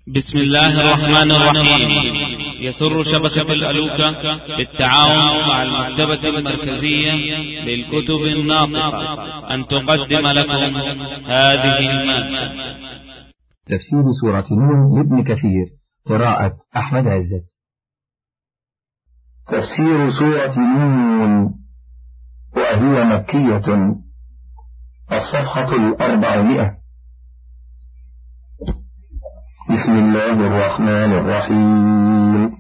بسم الله الرحمن الرحيم. يسر شبكة الألوكة بالتعاون مع المكتبة المركزية للكتب الناطقة أن تقدم لكم هذه المادة. تفسير سورة نون لابن كثير، قراءة أحمد عزت. تفسير سورة نون وهي مكية، الصفحة 400. بسم الله الرحمن الرحيم.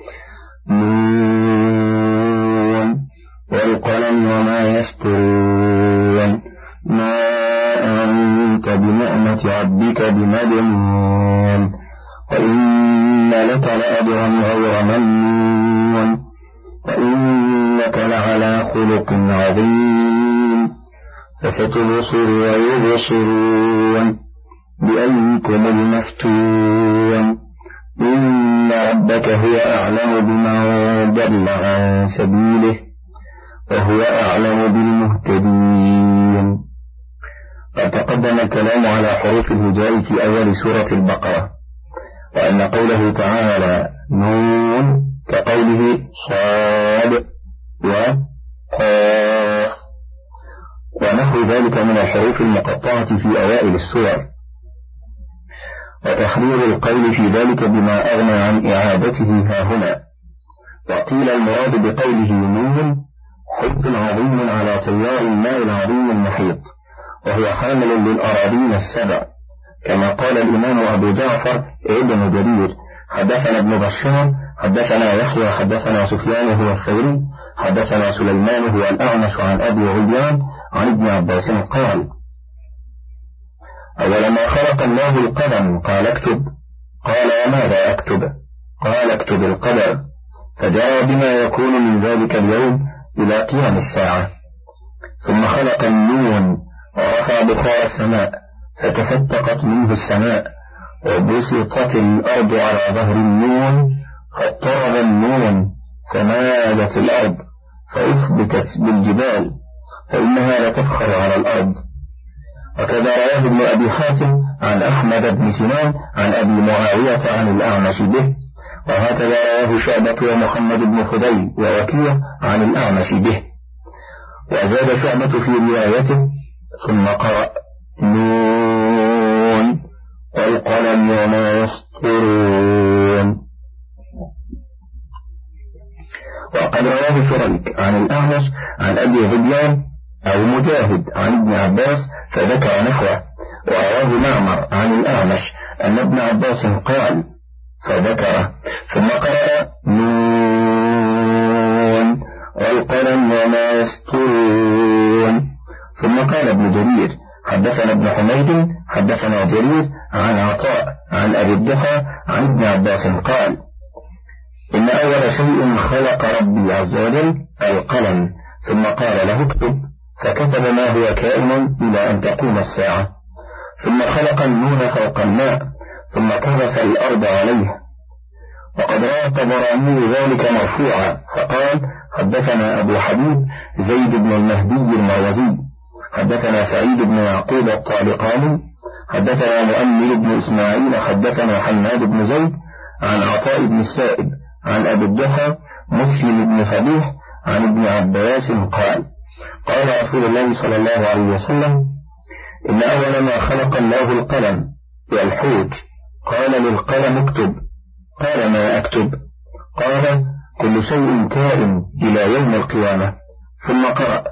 نون والقلم وما يسطرون، ما أنت بنعمة ربك بمجنون، وإن لك لأجرا غير ممنون، وإنك لعلى خلق عظيم، فستبصر ويبصرون بأيكم المفتون، إن ربك هو أعلم بمن ضل عن سبيله وهو أعلم بالمهتدين. قد تقدم الكلام على حروف الهجاء في أول سورة البقرة، وأن قوله تعالى نون كقوله صاد وقاف ونحو ذلك من الحروف المقطعة في أوائل السور، وتحرير القول في ذلك بما أغنى عن إعادته هاهنا. وقيل المراد بقوله نون حب عظيم على تيار الماء العظيم المحيط، وهو حامل للأراضين السبع، كما قال الإمام أبو جعفر ابن جرير حدثنا ابن بشار حدثنا يحيى حدثنا سفيان هو الثوري حدثنا سليمان هو الأعمش عن أبي عبيان عن ابن عباس قال: أولما خلق الله القلم قال اكتب، قال وماذا أكتب؟ قال اكتب القدر، فجاء بما يكون من ذلك اليوم إلى قيام الساعة. ثم خلق النون ورفع بخار السماء فتفتقت منه السماء، وبسطت الأرض على ظهر النون فاضطرب النون فمالت الأرض، فأثبتت بالجبال فإنها لتفخر على الأرض. وكذا رواه ابن أبي حاتم عن أحمد بن سنان عن أبي معاوية عن الأعمش به، وهكذا رواه شعبة ومحمد بن خدي ووكيع عن الأعمش به. وزاد شعبة في روايته ثم قرأ نون والقلم وما يسطرون. وقد رواه شريك عن الأعمش عن أبي عبيان أو مجاهد عن ابن عباس فذكر نحوه، ورواه معمر عن الأعمش أن ابن عباس قال فذكره، ثم قرأ نون والقلم وما يسطرون. ثم قال ابن جرير حدثنا ابن حميد حدثنا جرير عن عطاء عن أبي الضحى عن ابن عباس قال: إن أول شيء خلق ربي عز وجل القلم، ثم قال له اكتب، فكتب ما هو كائن إلى أن تقوم الساعة. ثم خلق النون فوق الماء، ثم كبس الأرض عليه. وقد روى الطبراني ذلك مرفوعا فقال: حدثنا أبو حبيب زيد بن المهدي المروزي حدثنا سعيد بن يعقوب الطالقاني حدثنا مؤمل بن إسماعيل حدثنا حماد بن زيد عن عطاء بن السائب عن أبي الضحى مسلم بن صبيح عن ابن عباس قال: قال رسول الله صلى الله عليه وسلم: إن أول ما خلق الله القلم والحوت، قال للقلم اكتب، قال ما أكتب؟ قال كل شيء كائن إلى يوم القيامة. ثم قرأ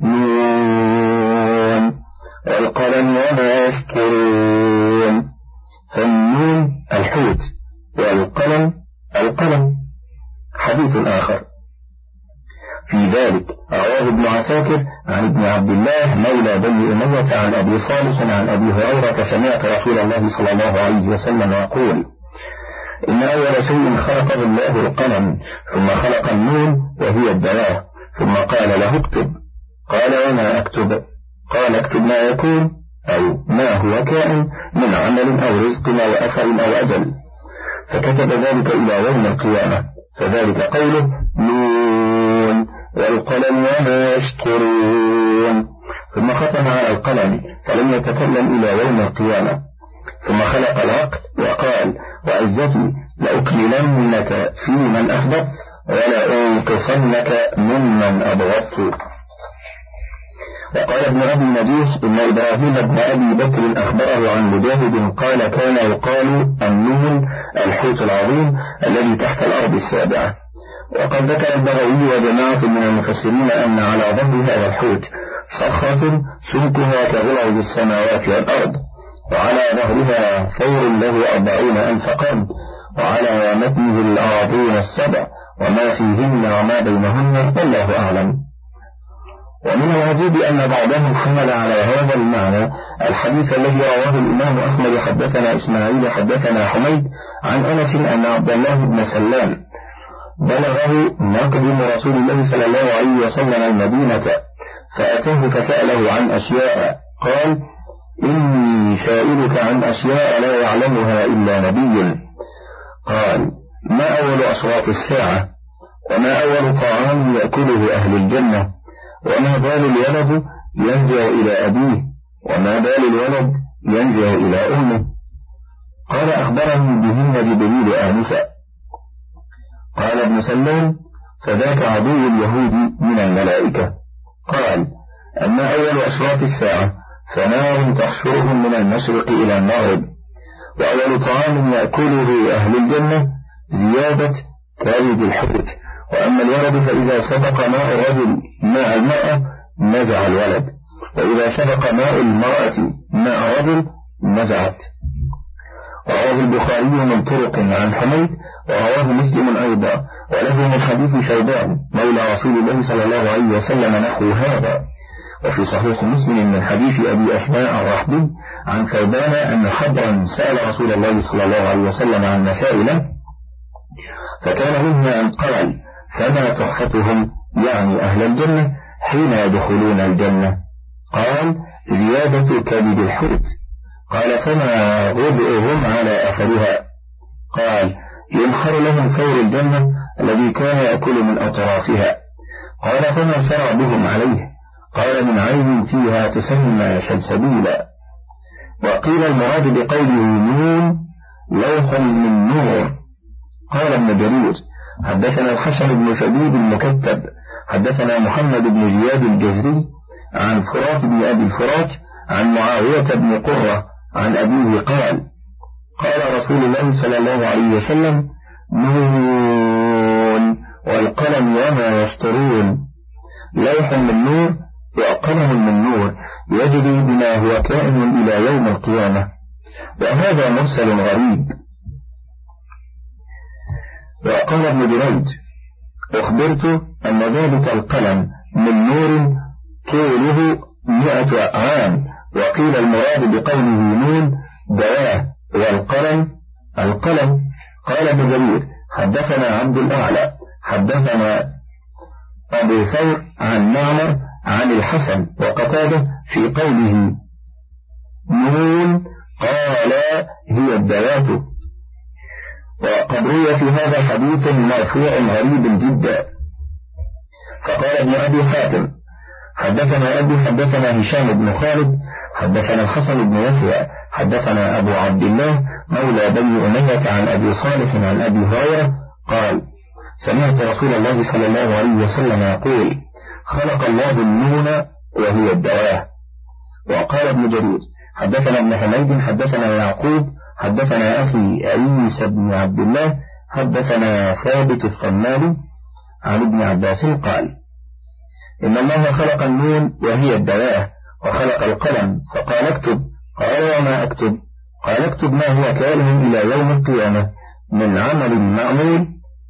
نون والقلم وما يسطرون، فالنون الحوت والقلم القلم. حديث آخر في ذلك رواه ابن عساكر عن ابن عبد الله مولى بني أمية عن أبي صالح عن أبي هريرة سمعت رسول الله صلى الله عليه وسلم يقول: إن أول شيء خلقه الله القلم، ثم خلق النون وهي الدواه، ثم قال له اكتب، قال وما أكتب؟ قال اكتب ما يكون أو ما هو كائن من عمل أو رزق أو أثر أو أجل، فكتب ذلك إلى يوم القيامة، فذلك قوله نون والقلم وما يسطرون. ثم ختم على القلم فلم يتكلم إلى يوم القيامة. ثم خلق العقل وقال: وأن وعزتي لأكملنك في من أحببت ولأنقصنك ممن أبغضت. وقال ابن أبي نجيح إن إبراهيم بن أبي بكر أخبره عن مجاهد قال كان يقال النون الحوت العظيم الذي تحت الأرض السابعة. وقد ذكر البغوي وجماعة من المفسرين أن على ظهر هذا الحوت صخرة سمكها كغلظ السماوات والأرض، وعلى ظهرها ثور له 40,000 قرن، وعلى متنه الأراضين السبع وما فيهن وما بينهن، والله أعلم. ومن العجيب أن بعضهم حمل على هذا المعنى الحديث الذي رواه الإمام أحمد حدثنا إسماعيل حدثنا حميد عن أنس أن عبد الله بن سلام بلغه مقدم رسول الله صلى الله عليه وسلم المدينة فأتاه فسأله عن أشياء، قال إني سائلك عن أشياء لا يعلمها إلا نبي. قال ما أول أشراط الساعة، وما أول طعام يأكله أهل الجنة، وما بال الولد ينزع إلى أبيه، وما بال الولد ينزع إلى أمه. قال أخبرني بهن جبريل آنفا. قال ابن سلام فذاك عدو اليهود من الملائكة. قال أما أول أشراط الساعة فنار تحشرهم من المشرق إلى المغرب، وأول طعام يأكله أهل الجنة زيادة كبد الحوت، وأما الولد فإذا سبق ماء الرجل ماء المرأة نزع الولد، وإذا سبق ماء المرأة ماء الرجل نزعت. رواه البخاري من طرق عن حميد، ورواه مسلم أيضا، وله من حديث ثوبان مولى رسول الله صلى الله عليه وسلم نحو هذا. وفي صحيح مسلم من حديث أبي أسماء الرحبي عن ثوبان أن حبرا سأل رسول الله صلى الله عليه وسلم عن مسائل، فكان منها أن قال فما تحفتهم يعني أهل الجنة حين يدخلون الجنة؟ قال زيادة كبد الحوت. قال فما غذئهم على أثرها؟ قال ينحر لهم ثور الجنة الذي كان يأكل من أطرافها. قال فما شربهم عليه؟ قال من عين فيها تسمى سلسبيلا. وقيل المراد بقوله نون لوح من نور. قال ابن جرير حدثنا الحسن بن شبيب المكتب حدثنا محمد بن زياد الجزري عن فرات بن أبي الفرات عن معاوية بن قرة عن أبيه قال قال رسول الله صلى الله عليه وسلم نون والقلم وما يسطرون، لوح من نور وقلم من نور يجري بما هو كائن إلى يوم القيامة. وهذا مرسل غريب. وقال ابن جريج أخبرت أن ذلك القلم من نور كيله 100 عام. وقيل المراد بقوله نون دواه والقلم القلم. قال ابن جرير حدثنا عبد الأعلى حدثنا أبو ثور عن معمر عن الحسن وقتاده في قوله نون قال هي الدوات. وقد روي في هذا حديث مرفوع غريب جدا. فقال ابن أبي حاتم حدثنا أبي حدثنا هشام بن خالد حدثنا الحسن بن يحيى حدثنا أبو عبد الله مولى بني أمية عن أبي صالح عن أبي هريرة قال سمعت رسول الله صلى الله عليه وسلم يقول خلق الله النون وهي الدواه. وقال ابن جرير حدثنا ابن حميد حدثنا يعقوب حدثنا أخي عيسى بن عبد الله حدثنا ثابت الثمالي عن ابن عباس قال إن الله خلق النون وهي الدواه وخلق القلم فقال اكتب. قال وما أكتب؟ قال اكتب ما هو كائن إلى يوم القيامة من عمل معمول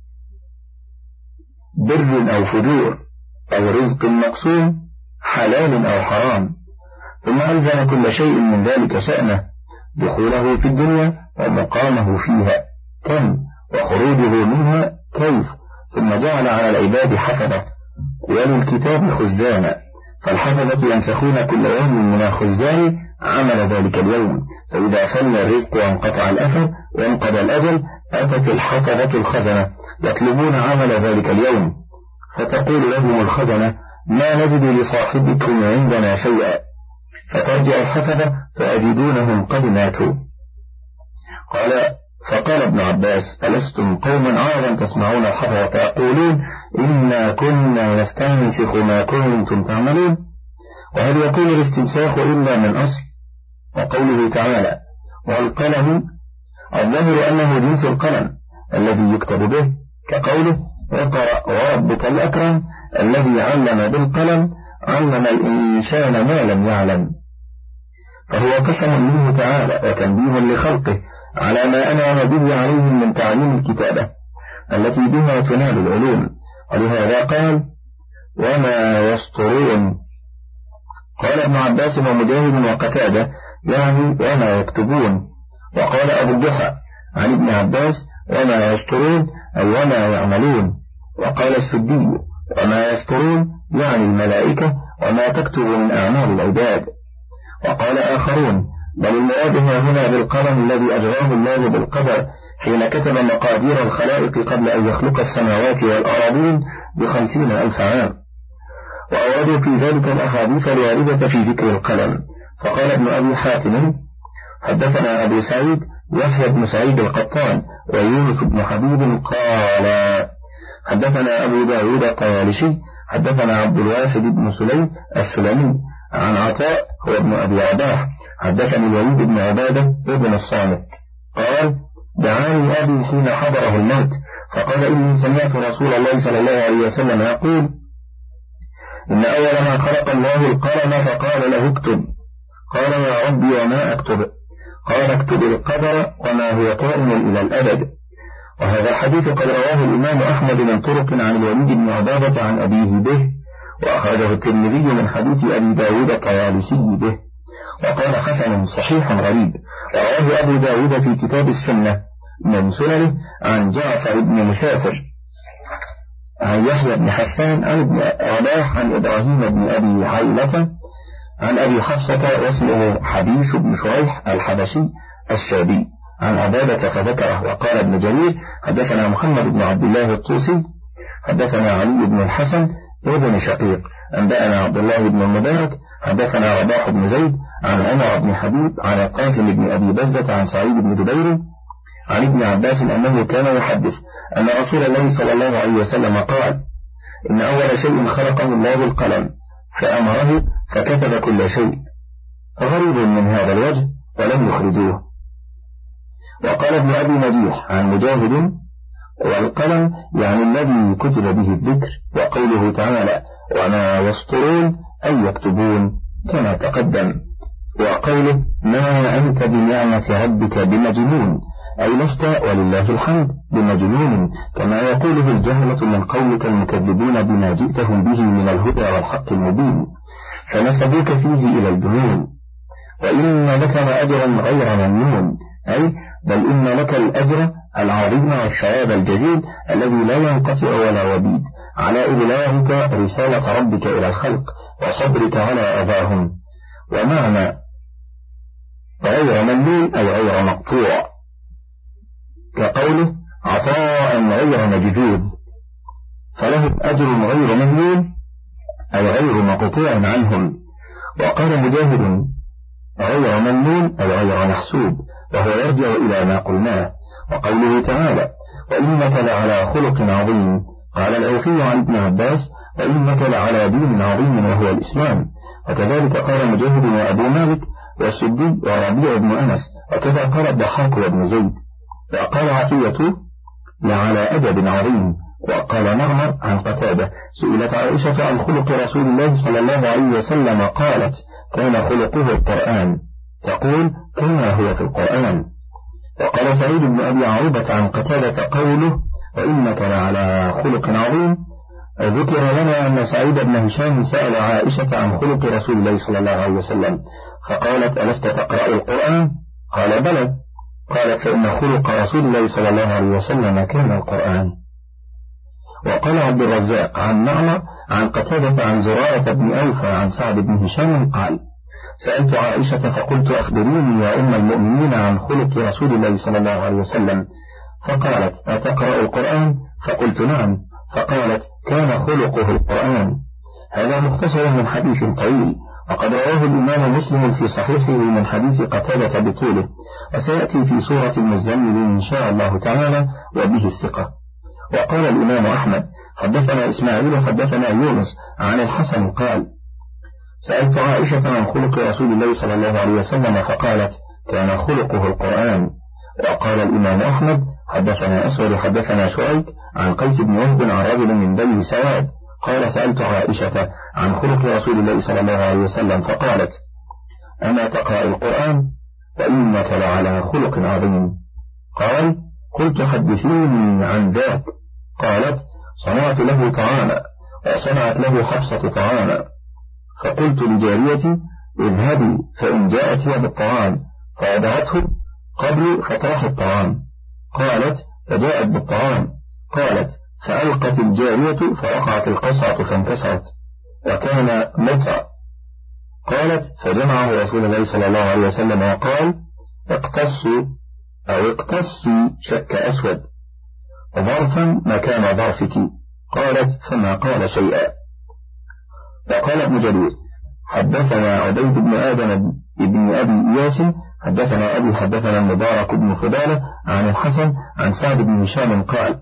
بر أو فجور أو رزق مقسوم حلال أو حرام. ثم ألزم كل شيء من ذلك شأنه دخوله في الدنيا ومقامه فيها كم وخروجه منها كيف. ثم جعل على العباد حفظة وللكتاب خزانا فالحفظة ينسخون كل يوم من الخزان عمل ذلك اليوم. فإذا فل الرزق وانقطع الأثر وانقضى الأجل أتت الحفظة الخزنة يطلبون عمل ذلك اليوم فتقول لهم الخزنة ما نجد لصاحبكم عندنا شيئا فترجع الحفظة فأجدونهم قد ماتوا. قال فقال ابن عباس: ألستم قوما عارا تسمعون الحفظة يقولون إنا كنا نستنسخ ما كنتم تعملون؟ وهل يكون الاستنساخ إلا من أصل؟ وقوله تعالى: والقلم، الظاهر أنه جنس القلم الذي يكتب به، كقوله: اقرأ وربك الأكرم الذي علم بالقلم علم الإنسان ما لم يعلم. فهو قسم منه تعالى وتنبيه لخلقه على ما أنعم به عليهم من تعليم الكتابة التي بها تنال العلوم، ولهذا قال: وما يسطرون. قال ابن عباس ومجاهد وقتادة يعني وما يكتبون. وقال أبو الضحى عن ابن عباس: وما يسطرون أي وما يعملون. وقال السدي: وما يسطرون يعني الملائكة وما تكتب من أعمال العباد. وقال آخرون: بل المراد هنا بالقلم الذي أجراه الله بالقدر حين كتب مقادير الخلائق قبل أن يخلق السماوات والأراضين ب50,000 عام. وأورادوا في ذلك الأحاديث الواردة في ذكر القلم. فقال ابن أبي حاتم: حدثنا أبو سعيد يحيى بن سعيد القطان ويونس بن حبيب قال حدثنا أبو داود الطيالسي حدثنا عبد الواحد بن سليم السلمي عن عطاء هو ابن أبي رباح حدثني الوليد بن عبادة ابن الصامت قال: دعاني أبي حين حضره الموت فقال: إني سمعت رسول الله صلى الله عليه وسلم يقول: إن أول ما خلق الله القلم فقال له اكتب. قال: يا ربي وما أكتب؟ قال: اكتب القدر وما هو كائن إلى الأبد. وهذا الحديث قد رواه الإمام أحمد من طرق عن الوليد بن عبادة عن أبيه به، وأخرجه الترمذي من حديث أبي داود الطيالسي به، وقال: حسن صحيح غريب. رواه أبو داود في كتاب السنة من سننه عن جعفر بن مسافر عن يحيى بن حسان عن ابن رباح عن إبراهيم بن أبي عيلة عن أبي حفصة واسمه حبيش بن شريح الحبشي الشابي عن عبادة فذكره. وقال ابن جرير: حدثنا محمد بن عبد الله الطوسي حدثنا علي بن الحسن ابن شقيق أنبأنا عبد الله بن المبارك حدثنا رباح بن زيد عن عمر بن حبيب عن القاسم بن أبي بزة عن سعيد بن جبير عن ابن عباس أنه كان يحدث أن رسول الله صلى الله عليه وسلم قال: إن أول شيء خلقه الله القلم فأمره فكتب كل شيء. غريب من هذا الوجه ولم يخرجوه. وقال ابن أبي مجيح عن مجاهد: والقلم يعني الذي كتب به الذكر. وقوله تعالى: وما يسطرون أي يكتبون كما تقدم. وقوله: ما أنت بنعمة ربك بمجنون أي لست ولله الحمد بمجنون، كما يقوله الجهلة من قولك المكذبون بما جئتهم به من الهدى والحق المبين، فنسبوك فيه إلى الجنون. وإن لك لأجرا غير ممنون أي بل إن لك الأجر العظيم والثواب الجزيل الذي لا ينقطع ولا يبيد على إبلاغك رسالة ربك إلى الخلق وصبرك على أذاهم. ومعنى غير ممنون أي غير مقطوع، كقوله: عطاء غير مجذوذ، فلهم أجر غير ممنون أي غير مقطوع عنهم. وقال مجاهد: غير ممنون أي غير محسوب، وهو يرجع إلى ما قلناه. وقوله تعالى: وإنك لعلى خلق عظيم، قال الأوفي عن ابن عباس: وإنك لعلى دين عظيم وهو الإسلام. وكذلك قال مجاهد وأبو مالك والسدي وربيع بن أنس، وكذا قال الضحاك وابن زيد. وقال عطية: لعلى أدب عظيم. وقال مرمر عن قتادة: سئلت عائشة عن خلق رسول الله صلى الله عليه وسلم قالت: كان خلقه القرآن، تقول: كما هو في القرآن. وقال سعيد بن أبي عروبة عن قتادة قوله: وإنك لعلى خلق عظيم، ذكر لنا أن سعيد بن هشام سأل عائشة عن خلق رسول الله صلى الله عليه وسلم فقالت: ألست تقرأ القرآن؟ قال: بلى. قالت: فإن خلق رسول الله صلى الله عليه وسلم كان القرآن. وقال عبد الرزاق عن معمر عن قتادة عن زرارة بن أوفى عن سعد بن هشام قال: سألت عائشة فقلت: أخبريني يا أم المؤمنين عن خلق رسول الله صلى الله عليه وسلم، فقالت: أتقرأ القرآن؟ فقلت: نعم. فقالت: كان خلقه القرآن. هذا مختصر من حديث طويل، وقد رواه الإمام مسلم في صحيحه من حديث قتادة بطوله، وسيأتي في سورة المزمل إن شاء الله تعالى وبه الثقة. وقال الإمام أحمد حدثنا إسماعيل حدثنا يونس عن الحسن قال سألت عائشة عن خلق رسول الله صلى الله عليه وسلم فقالت كان خلقه القرآن. وقال الإمام أحمد حدثنا أسود حدثنا شعيب عن قيس بن وهب عن رجل من بني سواد قال سألت عائشة عن خلق رسول الله صلى الله عليه وسلم فقالت أما تقرأ القرآن وإنك لعلى خلق عظيم. قال قلت حدثيني عن ذاك. قالت صنعت له طعاما وصنعت له حفصة طعاما، فقلت لجاريتي اذهبي فإن جاءت هي بالطعام فوضعته قبل فطرح الطعام. قالت فجاءت بالطعام. قالت فألقت الجارية فوقعت القصعة فانكسرت وكان مطع. قالت فجمعه رسول الله صلى الله عليه وسلم وقال اقتصوا أو اقتصي شك أسود ظرفا مكان ظرفك. قالت فما قال شيئا. وقال ابن جرير حدثنا عبيد بن آدم ابن أبي إياس حدثنا أبي حدثنا المبارك بن فضالة عن الحسن عن سعد بن هشام قال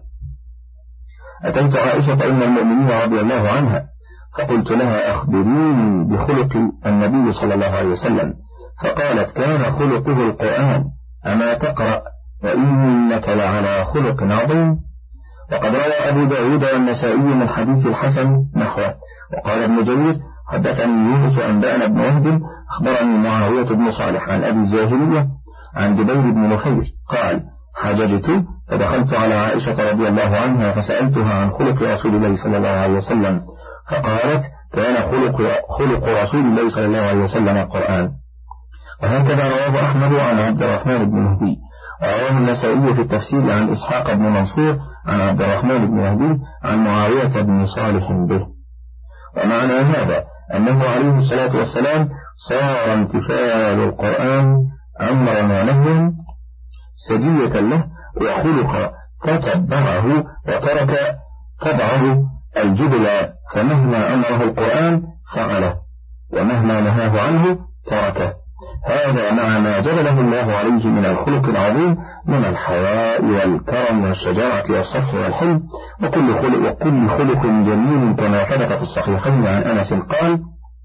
أتيت عائشة أم المؤمنين رضي الله عنها فقلت لها أخبريني بخلق النبي صلى الله عليه وسلم، فقالت كان خلقه القرآن أما تقرأ وإنك لعلى خلق عظيم. وقد روى أبو داود والنسائي من حديث الحسن نحوه. وقال ابن جرير حدثني يونس أنبأنا بن وهب أخبرني معاوية بن صالح عن أبي الزاهرية عن جبير بن نفير قال حججت فدخلت على عائشة رضي الله عنها فسألتها عن خلق رسول الله صلى الله عليه وسلم فقالت كان خلق رسول الله صلى الله عليه وسلم القرآن. وهكذا رواه أحمد عن عبد الرحمن بن مهدي، ورواه النسائي في التفسير عن إسحاق بن منصور عن عبد الرحمن بن مهدي عن معاوية بن صالح به. ومعنى هذا أنه عليه الصلاة والسلام صار امتثال القرآن أمرا ونهيا سجية له، وخلق فتبعه وترك تبعه الجبل، فمهما أمره القرآن فعله ومهما نهاه عنه تركه. هذا مع ما جبله الله عليه من الخلق العظيم من الحياء والكرم والشجاعة والصفح والحلم وكل خلق جميل، كما ثبت في الصحيحين عن أنس قال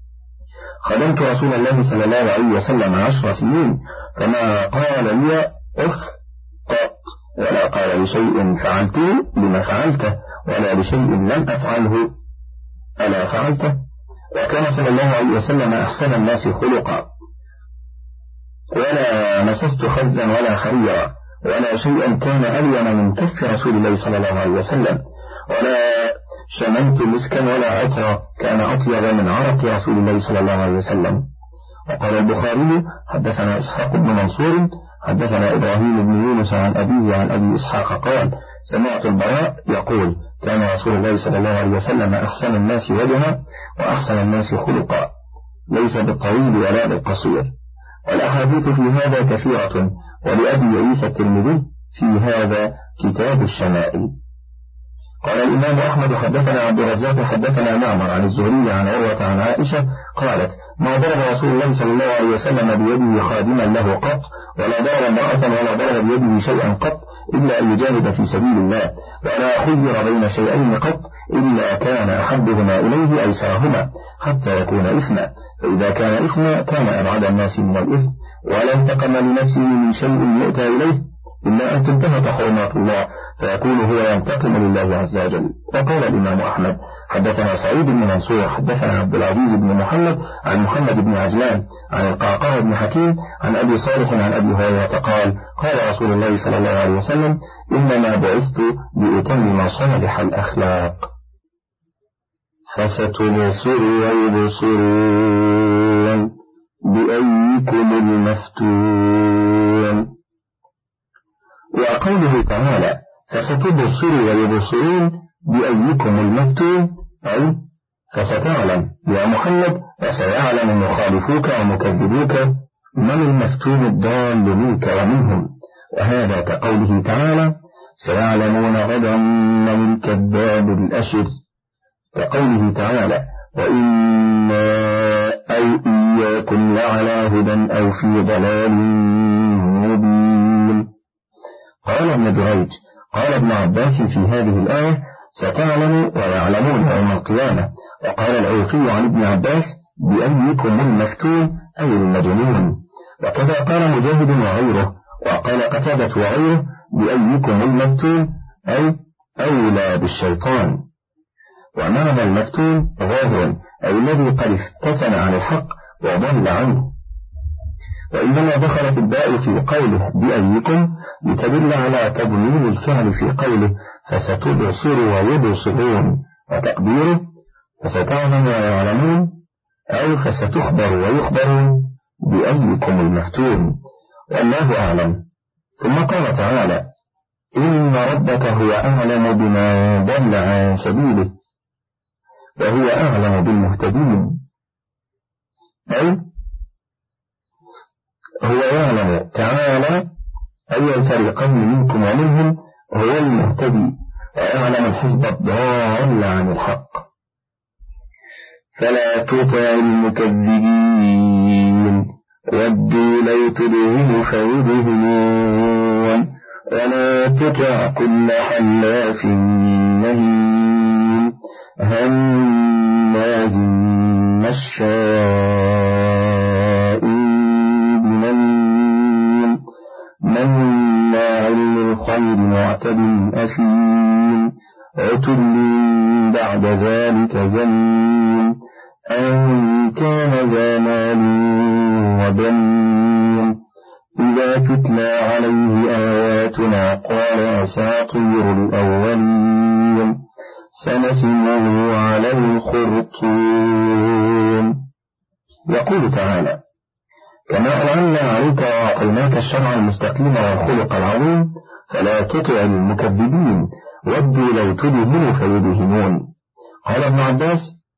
خدمت رسول الله صلى الله عليه وسلم 10 سنين فما قال لي أخ قط، ولا قال لشيء فعلته لما فعلته ولا لشيء لم أفعله ألا فعلته. وكان صلى الله عليه وسلم أحسن الناس خلقا، ولا مسست خزا ولا حريرا ولا شيئا كان ألين من كف رسول الله صلى الله عليه وسلم، ولا شممت مسكا ولا عطرا كان أطيب من عرق رسول الله صلى الله عليه وسلم. وقال البخاري حدثنا إسحاق بن منصور حدثنا إبراهيم بن يونس عن أبيه عن أبي إسحاق قال سمعت البراء يقول كان رسول الله صلى الله عليه وسلم أحسن الناس وجها وأحسن الناس خلقا، ليس بالطويل ولا بالقصير. والأحاديث في هذا كثيرة، ولأبي عيسى الترمذي في هذا كتاب الشمائل. قال الإمام أحمد حدثنا عبد الرزاق حدثنا معمر عن الزهري عن عروة عن عائشة قالت ما ضرب رسول الله صلى الله عليه وسلم بيده خادما له قط، ولا ضرب امرأة ولا ضرب بيده شيئا قط إلا أن يجاهد في سبيل الله، ولا خير بين شيئين قط إلا كان أحبهما إليه أيسرهما حتى يكون إثما، فإذا كان إثما كان أبعد الناس من الإثم، ولا انتقم لنفسه من شيء يؤتى إليه إلا أن تنتهك حرمات الله فيكون هو ينتقم لله عز وجل. وقال الإمام أحمد حدثنا سعيد بن منصور حدثنا عبد العزيز بن محمد عن محمد بن عجلان عن القعقاع بن حكيم عن أبي صالح عن أبي هريرة قال قال رسول الله صلى الله عليه وسلم إنما بعثت لأتمم صالح الأخلاق. فستبصر ويبصرون بأيكم المفتون. وقوله تعالى فستبصر ويبصرون بأيكم المفتون أي فستعلم يا محمد وسيعلم مخالفوك ومكذبوك من المفتون الضال منك ومنهم، وهذا كقوله تعالى سيعلمون غدا من الكذاب الأشر، كقوله تعالى وإنا أو إياكم لعلى هدى أو في ضلال مبين. قال ابن جريج قال ابن عباس في هذه الآية ستعلم ويعلمون يوم القيامة. وقال العوفي عن ابن عباس بأيكم المفتون أي المجنون. وكذا قال مجاهد وغيره. وقال قتادة وغيره بأيكم المفتون أي أولى بالشيطان. ومعنى المفتون ظاهر أي الذي قد افتتن عن الحق وضل عنه. وإنما دخلت الباء في قوله بأيكم لتدل على تضمين الفعل في قوله فستبصر ويبصرون، وتقديره فستعلم ويعلمون أو فستخبر ويخبرون بأيكم المفتون، والله أعلم. ثم قال تعالى إن ربك هو أعلم بما ضل عن سبيله وهو أعلم بالمهتدين، أي هو يعلم تعالى أي الفريقين منكم ومنهم هو المهتدي، ويعلم الحزب الضال عن الحق. فلا تطع المكذبين ودوا لو تدهن فيدهنون ولا تطع كل حلاف مهين هماز مشاء بنميم مناع للخير معتد أثيم عتل بعد ذلك زنيم أن كان ذا مال وبنين إذا تتلى عليه آياتنا قال أساطير الأولين سنسمه على الخرطوم. يقول تعالى كما أنعمنا عليك وأعطيناك الشرع المستقيم والخلق العظيم فلا تطع المكذبين ودوا لو تدهنوا فيدهنون. قال ابن عباس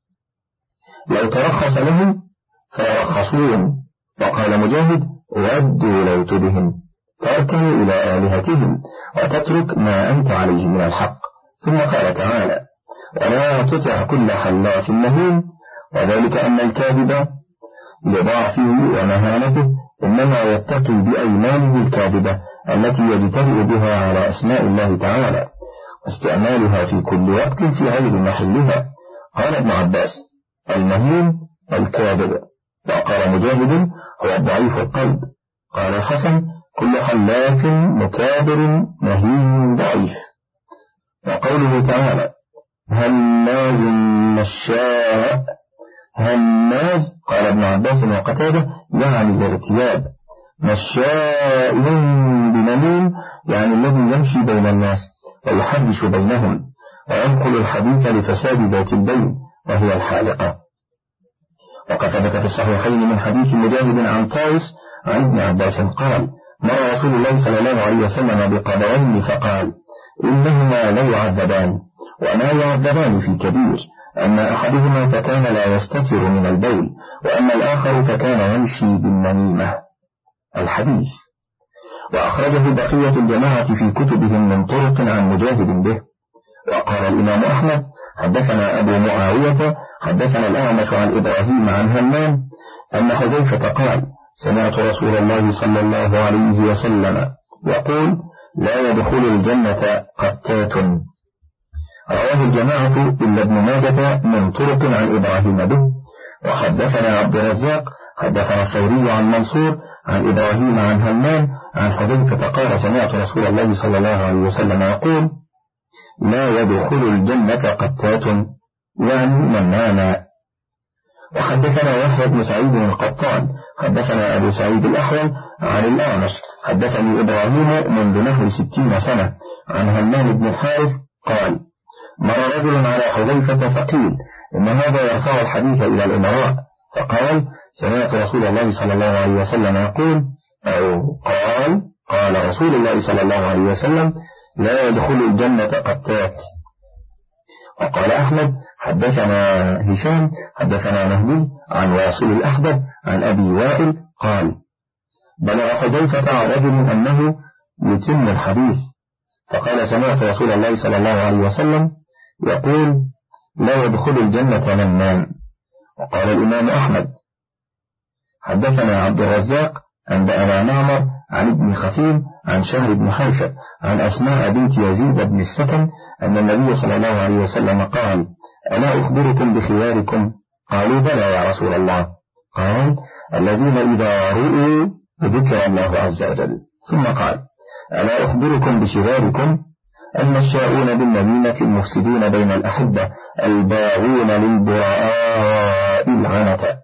لو ترخص لهم فيرخصون. وقال مجاهد ودوا لو تدهن تركنوا إلى آلهتهم وتترك ما أنت عليه من الحق. ثم قال تعالى ولا تطع كل حلاف مهين، وذلك أن الكاذب لضعفه ومهانته إنما يتقي بأيمانه الكاذبة التي يجترئ بها على أسماء الله تعالى واستعمالها في كل وقت في غير محلها. قال ابن عباس المهين الكاذب. وقال مجاهد هو ضعيف القلب. قال الحسن كل حلاف مكابر مهين ضعيف. وقوله تعالى هماز مشاء هماز قال ابن عباس وقتاده يعني الارتياب، مشاء بنميم يعني الذي يمشي بين الناس ويحدث بينهم وينقل الحديث لفساد ذات البين وهي الحالقة. وقد ثبت في الصحيحين من حديث مجاهد عن طاووس عن ابن عباس قال مر رسول الله صلى الله عليه وسلم بقبرين فقال إنهما لا يعذبان وما يعذبان في كبير، أما أحدهما فكان لا يستتر من البول وأما الآخر فكان يمشي بالنميمة. الحديث. وأخرجه بقية الجماعة في كتبهم من طرق عن مجاهد به. وقال الإمام أحمد حدثنا أبو معاوية حدثنا الأعمش عن إبراهيم عن همام أن حذيفة قال سمعت رسول الله صلى الله عليه وسلم يقول لا يدخل الجنة قتات. رواه الجماعة إلا ابن ماجة من طرق عن إبراهيم به. وحدثنا عبد الرزاق حدثنا الثوري عن منصور عن إبراهيم عن همام عن حذيفة قال سمعت رسول الله صلى الله عليه وسلم يقول لا يدخل الجنة قتات يعني منانا. وحدثنا يحيى بن سعيد القطان حدثنا أبو سعيد الأحول عن الأعمش حدثني إبراهيم منذ نحو 60 سنة عن همام بن الحارث قال مر رجل على حذيفة فقيل إن هذا يرفع الحديث إلى الأمراء، فقال سمعت رسول الله صلى الله عليه وسلم يقول أو قال رسول الله صلى الله عليه وسلم لا يدخل الجنة قتات. وقال أحمد حدثنا هشام حدثنا مهدي عن واصل الأحدب عن أبي وائل قال بلغ حذيفة عن رجل أنه يتم الحديث فقال سمعت رسول الله صلى الله عليه وسلم يقول لا يدخل الجنة منان وقال الإمام أحمد حدثنا عبد الرزاق أنبأنا معمر عن ابن خثيم عن شهر بن حوشب عن أسماء بنت يزيد بن السكن أن النبي صلى الله عليه وسلم قال ألا أخبركم بخياركم؟ قالوا بلى يا رسول الله. قال الذين إذا رؤوا ذكر الله عز وجل. ثم قال ألا أخبركم بشراركم؟ المشاؤون بالنميمة المفسدون بين الأحبة الباغون للبراء العنة.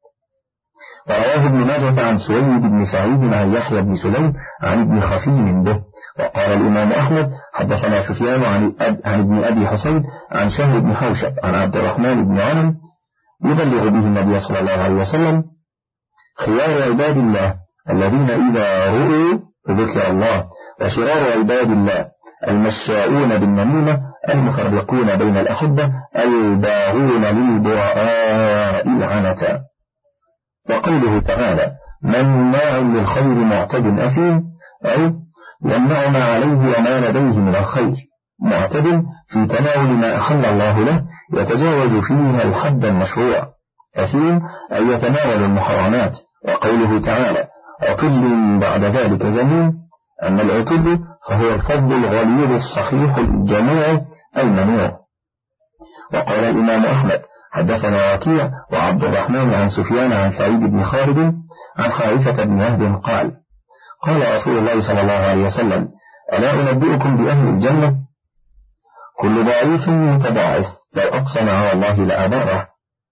ورواه ابن ماجه عن سويد بن سعيد عن يحيى بن سليم عن ابن خثيم به. وقال الإمام أحمد حدثنا سفيان عن ابن أبي حسين عن شهر بن حوشب عن عبد الرحمن بن عنم يبلغ به النبي صلى الله عليه وسلم خيار عباد الله الذين إذا رؤوا ذكر الله، وشرار عباد الله المشاؤون بالنميمة المفرقون بين الأحبة الباغون للبراء العنة. وقوله تعالى مناع للخير معتد أثيم أي يمنع ما عليه وما لديه من الخير، معتد في تناول ما أحل الله له يتجاوز فيها الحد المشروع، أثيم أي يتناول المحرمات. وقوله تعالى عتل بعد ذلك زمين، أما العتل فهو الفضل الغليظ الصحيح الجميع الممنوع. وقال الإمام أحمد حدثنا وكيع وعبد الرحمن عن سفيان عن سعيد بن خالد عن حارثة بن وهب قال قال رسول الله صلى الله عليه وسلم ألا أنبئكم بأهل الجنة؟ كل ضعيف متضاعف لو أقسم على الله لأبره.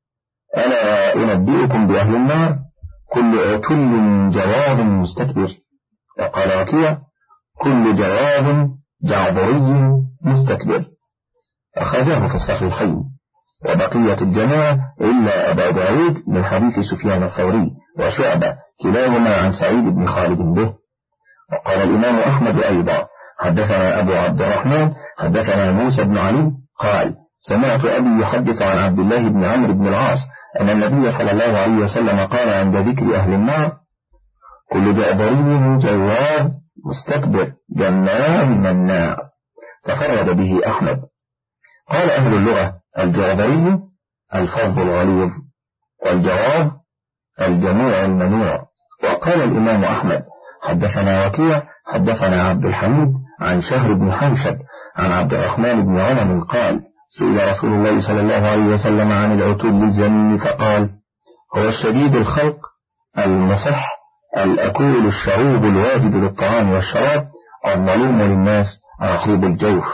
ألا أنبئكم بأهل النار؟ كل عتل جواد مستكبر. وقال وكيع كل جواد جعبري مستكبر. أخذاه في الصحيحين. وبقية الجماعة إلا أبا داود من حديث سفيان الثوري وشعبة كلاهما عن سعيد بن خالد به. وقال الإمام أحمد أيضا حدثنا أبو عبد الرحمن حدثنا موسى بن علي قال سمعت أبي يحدث عن عبد الله بن عمرو بن العاص أن النبي صلى الله عليه وسلم قال عند ذكر أهل النار كل جعبري جواد مستكبر جماع مناع. تفرد به أحمد. قال أهل اللغة الجعبري الفظ الغليظ، والجواد الجموع المنوع. وقال الإمام أحمد حدثنا وكيع حدثنا عبد الحميد عن شهر بن حوشب عن عبد الرحمن بن عنم قال سئل رسول الله صلى الله عليه وسلم عن العتل الزمين فقال هو الشديد الخلق المصح الأكول الشروب الواجب للطعام والشراب الظلوم للناس رحيب الجوف.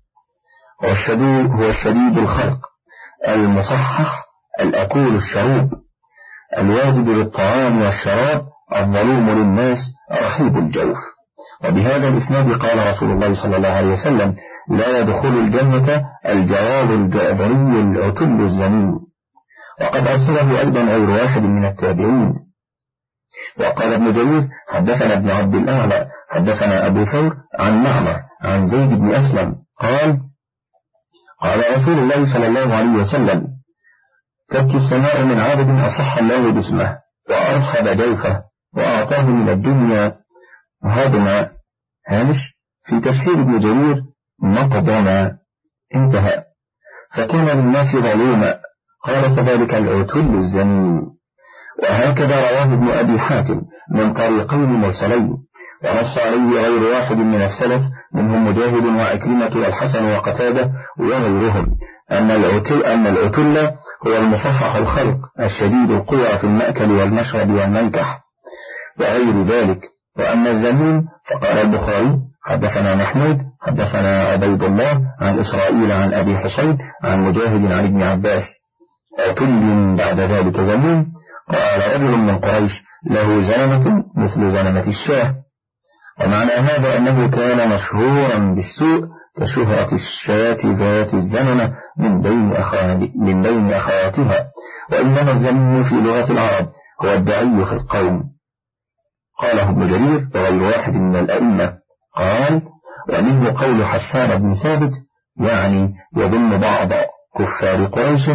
هو الشديد الخلق المصحح الأكول الشروب الواجب للطعام والشراب الظلوم للناس رحيب الجوف. وبهذا الإسناد قال رسول الله صلى الله عليه وسلم لا يدخل الجنة الجواد الجعبري العتل الزمين. وقد أرسله أيضا غير واحد من التابعين. وقال ابن جرير حدثنا ابن عبد الأعلى حدثنا أبو ثور عن معمر عن زيد بن أسلم قال رسول الله صلى الله عليه وسلم تبكي السماء من عبد أصح الله باسمه وأرحب جوفه وأعطاه من الدنيا هضما. هامش في تفسير ابن جرير مقدما انتهى. فكان للناس ظلوما قال فذلك العتل الزمين. وهكذا رواه ابن أبي حاتم من طريقين مرسلين ونص عليه غير واحد من السلف منهم مجاهد وعكرمة والحسن وقتادة وغيرهم أن العتل هو المصحح الخلق الشديد القوى في المأكل والمشرب والمنكح وغير ذلك. وأما الزمين فقال البخاري حدثنا محمود حدثنا عبيد الله عن إسرائيل عن أبي حسين عن مجاهد عن ابن عباس عتل بعد ذلك زمين. قال رجل من قريش له زنمة مثل زنمة الشاه. ومعنى هذا أنه كان مشهورا بالسوء كشهرة الشاة ذات الزنمة من بين أخواتها. وإنما الزمين في لغة العرب هو الدعي في القوم. قاله ابن جرير وغير واحد من الأئمة. قال ومنه قول حسان بن ثابت يعني يضم بعض كفار قريش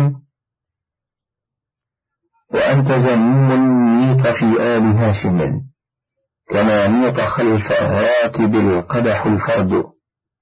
وأنت زميم نيط في آل هاشم كما نيط خلف الراكب القدح الفرد.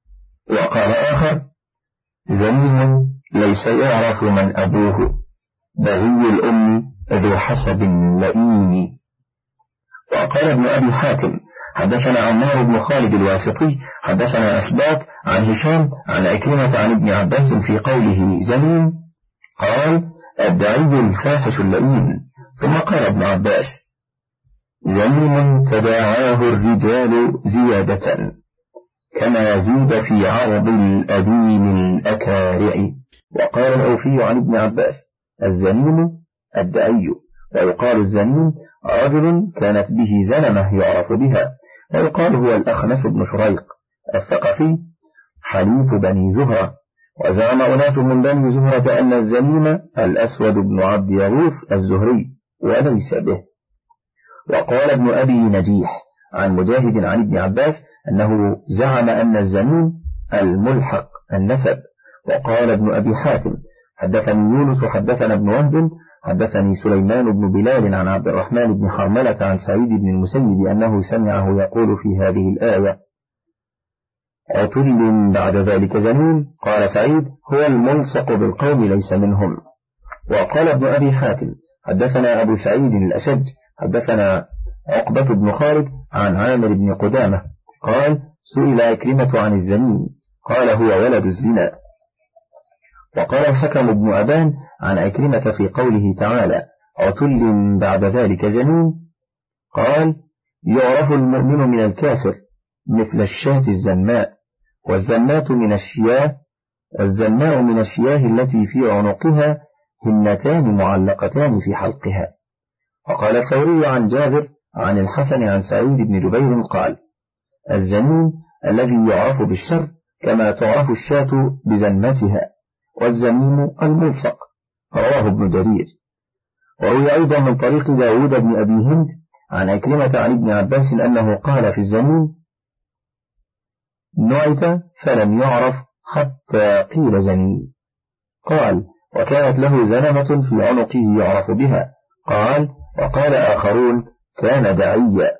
وقال آخر زميم ليس يعرف من أبوه بغي الأم ذو حسب لئيم. وقال ابن أبي حاتم حدثنا عمار بن خالد الواسطي حدثنا أسباط عن هشام عن عكرمة عن ابن عباس في قوله زميم قال الدعي الفاحش اللئيم. ثم قال ابن عباس زميم تداعاه الرجال زيادة كما يزيد في عرض الأديم الأكارع. وقال الأوفي عن ابن عباس الزميم الدعي، ويقال الزميم رجل كانت به زلمة يعرف بها، ويقال هو الأخنس بن شريق الثقفي حليف بني زهرة. وزعم أناس من بني زهرة أن الزميم الأسود بن عبد يغوث الزهري وليس به. وقال ابن أبي نجيح عن مجاهد عن ابن عباس أنه زعم أن الزميم الملحق النسب. وقال ابن أبي حاتم حدثني يونس حدثنا ابن وهب حدثني سليمان بن بلال عن عبد الرحمن بن حرملة عن سعيد بن المسيب أنه سمعه يقول في هذه الآية عتل بعد ذلك زميم. قال سعيد هو الملصق بالقوم ليس منهم. وقال ابن أبي حاتم حدثنا أبو سعيد الأشج حدثنا عقبة بن خالد عن عامر بن قدامة قال سئل عكرمة عن الزميم قال هو ولد الزنا. وقال الحكم بن أبان عن عكرمة في قوله تعالى عتل بعد ذلك زميم قال يعرف المؤمن من الكافر مثل الشاة الزماء، والزمات من الشياه، والزماء من الشياه التي في عنقها هنتان معلقتان في حلقها. وقال الثوري عن جابر عن الحسن عن سعيد بن جبير قال الزميم الذي يعرف بالشر كما تعرف الشاة بزنمتها، والزميم الملصق. رواه ابن جرير. وروي أيضا من طريق داود بن أبي هند عن عكرمة عن ابن عباس أنه قال في الزميم نعت فلم يعرف حتى قيل زميم. قال وكانت له زنمة في عنقه يعرف بها. قال وقال آخرون كان دعيا.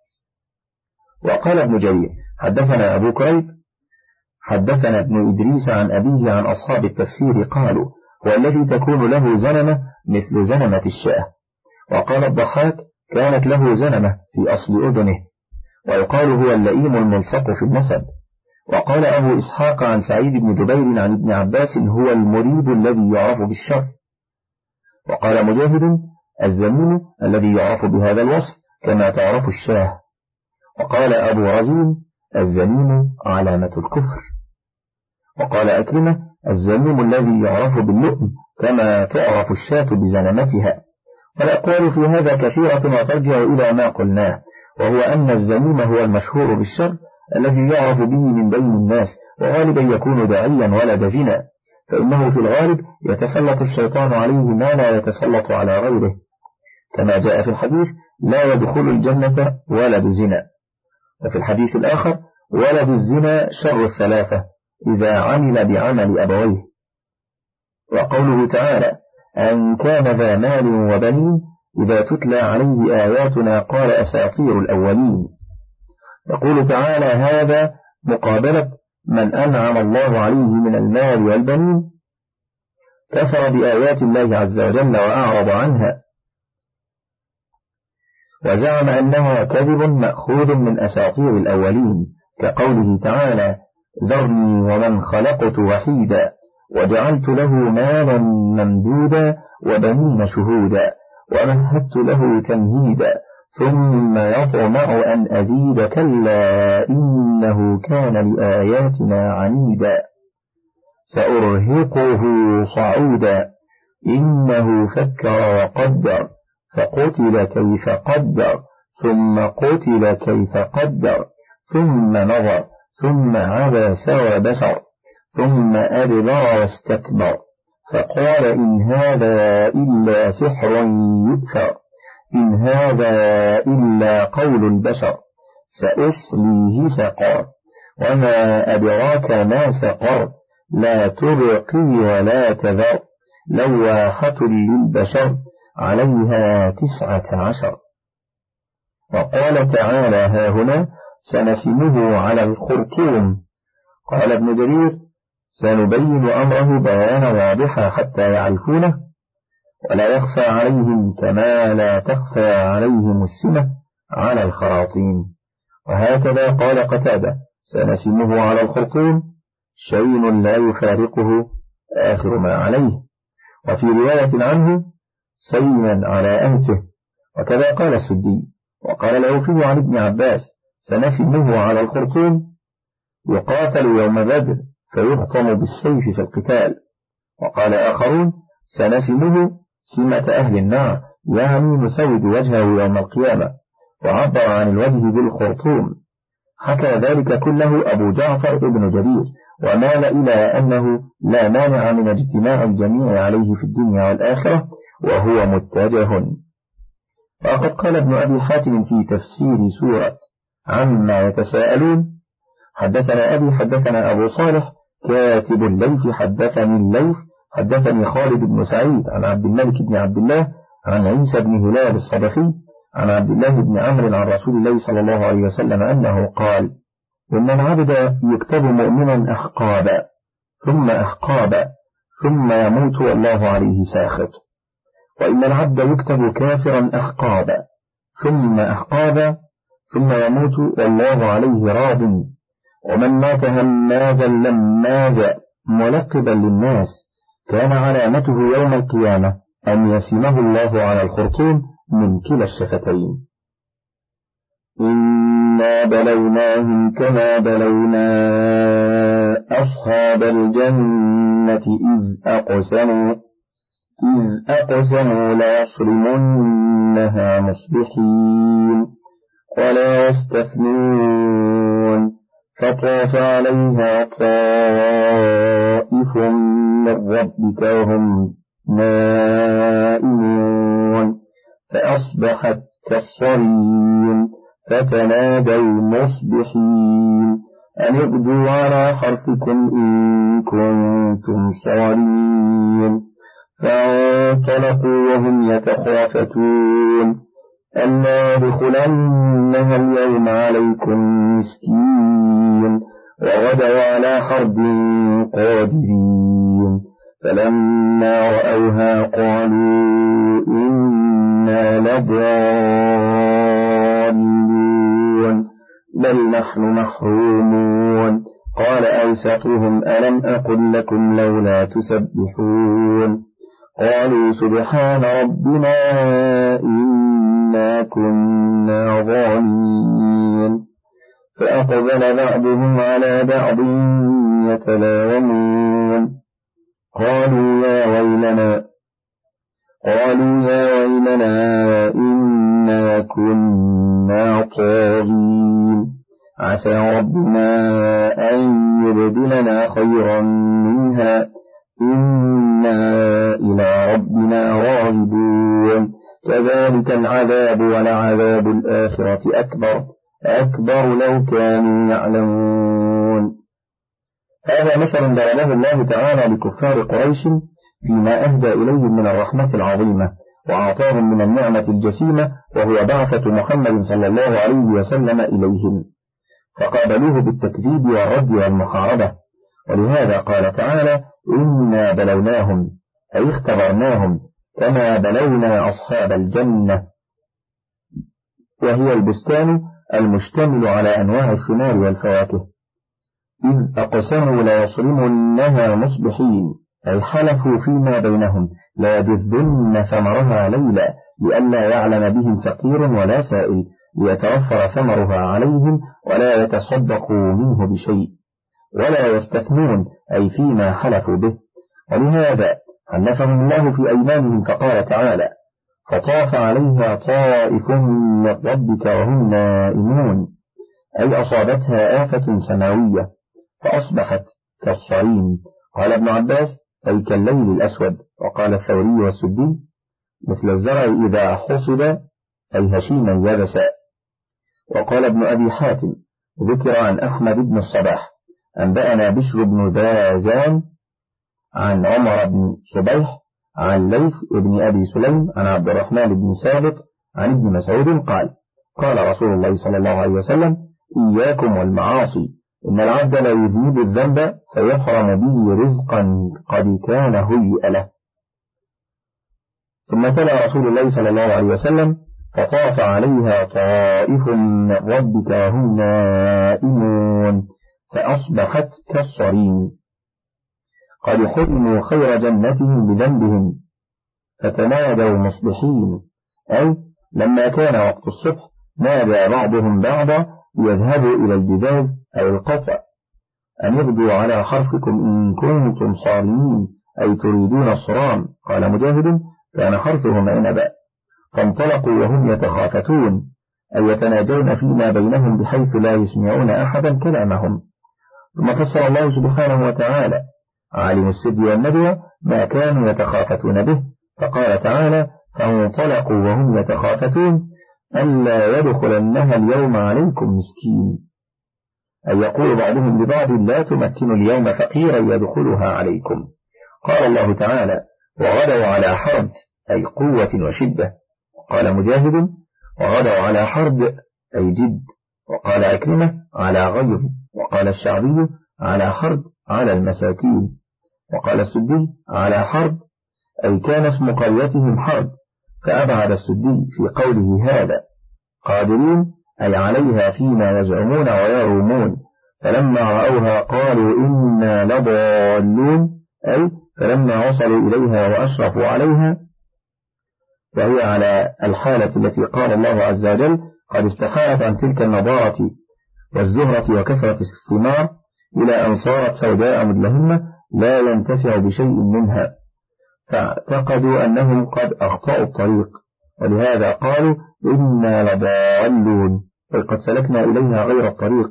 وقال ابن جرير حدثنا أبو كريب حدثنا ابن إدريس عن أبيه عن أصحاب التفسير قالوا هو الذي تكون له زنمة مثل زنمة الشاة. وقال الضحاك كانت له زنمة في أصل أذنه. ويقال هو اللئيم الملصق في النسب. وقال أبو إسحاق عن سعيد بن جبير عن ابن عباس هو المريد الذي يعرف بالشر. وقال مجاهد الزميم الذي يعرف بهذا الوصف كما تعرف الشاه. وقال أبو رزين الزميم علامة الكفر. وقال أكرمة الزميم الذي يعرف باللؤم كما تعرف الشاة بزنمتها. والأقوال في هذا كثيرة وترجع إلى ما قلناه، وهو أن الزميم هو المشهور بالشر الذي يعرف به من بين الناس، وغالبا يكون داعيا ولد زنا، فإنه في الغالب يتسلط الشيطان عليه ما لا يتسلط على غيره، كما جاء في الحديث لا يدخل الجنة ولد زنا. وفي الحديث الآخر ولد الزنا شر الثلاثة إذا عمل بعمل أبويه. وقوله تعالى أن كان ذا مال وبنين إذا تتلى عليه آياتنا قال أساطير الأولين. يقول تعالى هذا مقابلة من أنعم الله عليه من المال والبنين كفر بآيات الله عز وجل وأعرض عنها وزعم أنها كذب مأخوذ من أساطير الأولين، كقوله تعالى ذرني ومن خلقت وحيدا وجعلت له مالا ممدودا وبنين شهودا ومهدت له تمهيدا ثم يطمع أن أزيد كلا إنه كان لآياتنا عنيدا سأرهقه صعودا إنه فكر وقدر فقتل كيف قدر ثم قتل كيف قدر ثم نظر ثم عبس وبسر ثم أدبر واستكبر فقال إن هذا إلا سحر يؤثر إن هذا إلا قول البشر سأصليه سقر وما أدراك ما سقر لا تبقي ولا تذر لواحة للبشر عليها 19. وقال تعالى هاهنا سنسمه على الخرطوم. قال ابن جرير سنبين أمره بيانا واضحا حتى يعرفونه. ولا يخفى عليهم كما لا تخفى عليهم السمة على الخراطيم. وهكذا قال قتادة: سنسمه على الخرطوم شيء لا يفارقه آخر ما عليه. وفي رواية عنه: سينا على أنفه. وكذا قال السدي. وقال الأوفي عن ابن عباس: سنسمه على الخرطوم يقاتل يوم بدر فيحكم بالسيف في القتال. وقال آخرون: سنسمه سمة أهل النار، يعني نسود وجهه يوم القيامة، وعبر عن الوجه بالخرطوم. حكى ذلك كله أبو جعفر ابن جرير، ومال إلى أنه لا مانع من اجتماع الجميع عليه في الدنيا والآخرة، وهو متجه. وقد قال ابن أبي حاتم في تفسير سورة عما يتساءلون: حدثنا أبي حدثنا أبو صالح كاتب الليث حدثني الليث حدثني خالد بن سعيد عن عبد الملك بن عبد الله عن عيسى بن هلال الصدفي عن عبد الله بن عمرو عن رسول الله صلى الله عليه وسلم أنه قال: إن العبد يكتب مؤمنا أحقابا ثم أحقابا ثم يموت والله عليه ساخط، وإن العبد يكتب كافرا أحقابا ثم أحقابا ثم يموت والله عليه راض، ومن مات همازا لمازا ملقبا للناس كان علامته يوم القيامة أن يسمه الله على الخرطوم من كلا الشفتين. إنا بلوناهم كما بلونا أصحاب الجنة إذ أقسموا ليصرمنها مصبحين ولا يستثنون، فطاف عليها طائف من ربك وهم نائمون فأصبحت كالصريم، فتنادوا مصبحين أن اغدوا على حرثكم إن كنتم صارمين، فانطلقوا وهم يتخافتون ألا يدخلنها اليوم عليكم مسكين، وغدوا على حرب قادرين، فلما رأوها قالوا إنا لضالون بل نحن محرومون. قال أوسطهم: ألم أقل لكم لولا تسبحون؟ قالوا سبحان ربنا إنا كنا ظالمين. فأقبل بعضهم على بعض يتلاومون قالوا يا ويلنا إنا كنا طاغين، عسى ربنا أن يبدلنا خيرا منها إنا إلى ربنا راغبون، كذلك العذاب ولعذاب الآخرة أكبر لو كانوا يعلمون. هذا مثل ضربه الله تعالى لكفار قريش فيما أهدى إليهم من الرحمة العظيمة وأعطاهم من النعمة الجسيمة، وهو بعثة محمد صلى الله عليه وسلم إليهم، فقابلوه بالتكذيب والرد والمحاربة. ولهذا قال تعالى: إنا بلوناهم، أي اختبرناهم كما بلونا أصحاب الجنة، وهي البستان المشتمل على أنواع الثمار والفواكه. إذ أقسموا ليصرمنها مصبحين، أي حلفوا فيما بينهم لا يجذبن ثمرها ليلا لئلا يعلم بهم فقير ولا سائل، ليتوفر ثمرها عليهم ولا يتصدقوا منه بشيء، ولا يستثنون أي فيما حلفوا به. ولهذا حنفهم الله في أيمانهم فقال تعالى: فطاف عليها طائف من ربك وهم نائمون، أي أصابتها آفة سماوية فأصبحت كالصريم. قال ابن عباس: أي كالليل الأسود. وقال الثوري والسدي: مثل الزرع إذا حصد، أي هشيما يبسا. وقال ابن أبي حاتم: ذكر عن أحمد بن الصباح أنبأنا بشر بن ذازان عن عمر بن صبيح عن ليث بن أبي سليم عن عبد الرحمن بن سابق عن ابن مسعود قال: قال رسول الله صلى الله عليه وسلم: إياكم والمعاصي، إن العبد لا يذنب الذنب فيحرم به رزقا قد كان هيئ له. ثم تلا رسول الله صلى الله عليه وسلم: فطاف عليها طائف من ربك وهم نائمون فأصبحت كالصريم، قد حرموا خير جنتهم بذنبهم فتنادوا مصبحين، أي لما كان وقت الصبح نادى بعضهم بعضا ليذهبوا إلى الجبال أو القطع أن يغدوا على حرثكم إن كنتم صارمين، أي تريدون الصرام. قال مجاهد: كان حرثهم عنبا، فانطلقوا وهم يتخافتون، أي يتناجون فيما بينهم بحيث لا يسمعون أحدا كلامهم. ثم فسر الله سبحانه وتعالى عالم السد والندوة ما كانوا يتخافتون به، فقال تعالى: فانطلقوا وهم يتخافتون ألا يدخلنها اليوم عليكم مسكين، أي يقول بعضهم لبعض: لا تمكنوا اليوم فقيرا يدخلها عليكم. قال الله تعالى: وغدوا على حرد، أي قوة وشدة. قال مجاهد: وغدوا على حرد أي جد. وقال عكرمة: على غيظ. وقال الشعبي: على حرد على المساكين. وقال السدي: على حرد، أي كان اسم قريتهم حرد، فأبعد السدي في قوله هذا. قادرين أي عليها فيما يزعمون ويرومون، فلما رأوها قالوا إنا لضالون، أي فلما وصلوا إليها وأشرفوا عليها، وهي على الحالة التي قال الله عز وجل: قد استحالت عن تلك النضارة والزهرة وكثرة الثمار إلى أن صارت سوداء مدلهمة لا ينتفع بشيء منها، فاعتقدوا أنهم قد أخطأوا الطريق، ولهذا قالوا إنا لضالون، أي قد سلكنا إليها غير الطريق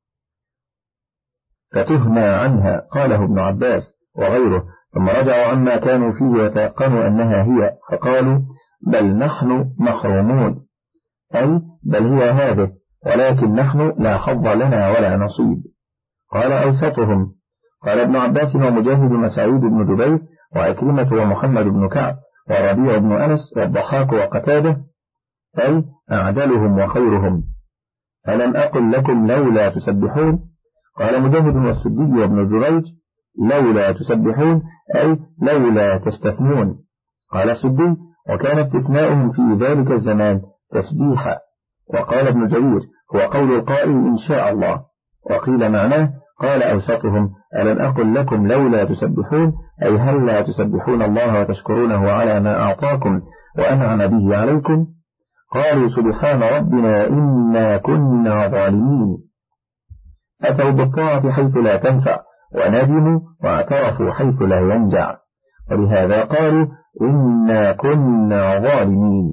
فتهنى عنها. قاله ابن عباس وغيره. ثم رجعوا عما كانوا فيه وتيقنوا أنها هي، فقالوا: بل نحن محرومون، أي بل هي هذه، ولكن نحن لا حظ لنا ولا نصيب. قال أوسطهم: قال ابن عباس ومجاهد وسعيد بن جبير وعكرمة ومحمد بن كعب وربيع بن أنس والضحاك وقتاده، أي أعدلهم وخيرهم. ألم أقل لكم لولا تسبحون؟ قال مجاهد والسدي وابن جريج: لولا تسبحون، أي لولا تستثنون. قال السدي: وكان استثناؤهم في ذلك الزمان تسبيحا. وقال ابن جرير: هو قول القائل إن شاء الله. وقيل معناه: قال أوسطهم: ألم أقل لكم لولا تسبحون، أي هل لا تسبحون الله وتشكرونه على ما أعطاكم وأنعم به عليكم؟ قالوا: سبحان ربنا إنا كنا ظالمين. أتوا بالطاعة حيث لا تنفع، وندموا واعترفوا حيث لا ينجع، ولهذا قالوا إنا كنا ظالمين.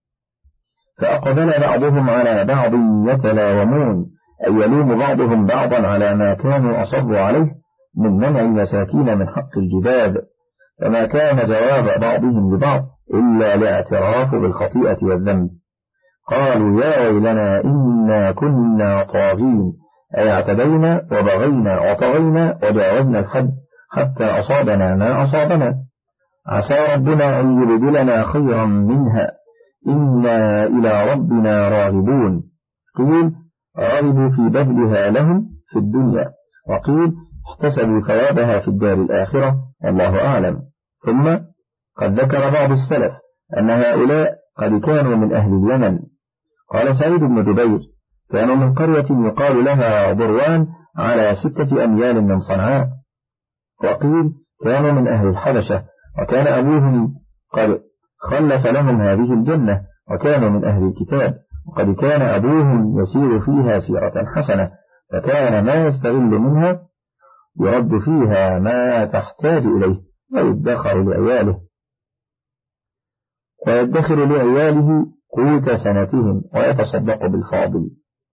فأقبل بعضهم على بعض يتلاومون، أي يلوم بعضهم بعضا على ما كانوا أصروا عليه من منع المساكين من حق الجباب، فما كان جواب بعضهم لبعض إلا الاعتراف بالخطيئة والذنب. قالوا: يا ويلنا إنا كنا طاغين، أي اعتدينا وبغينا وطغينا وجاوزنا الحد حتى أصابنا ما أصابنا. عسى ربنا أن يبدلنا خيرا منها إنا إلى ربنا راغبون. قيل: رغبوا في بذلها لهم في الدنيا، وقيل: احتسبوا ثوابها في الدار الآخرة، والله أعلم. ثم قد ذكر بعض السلف أن هؤلاء قد كانوا من أهل اليمن. قال سعيد بن جبير: كانوا من قرية يقال لها ضروان على 6 أميال من صنعاء. وقيل: كانوا من أهل الحبشة، وكان أبوهم قد خلف لهم هذه الجنة، وكانوا من أهل الكتاب، وقد كان أبوهم يسير فيها سيرة حسنة، فكان ما يستغل منها يرد فيها ما تحتاج إليه ويدخر لعياله قوت سنتهم ويتصدق بالفاضل،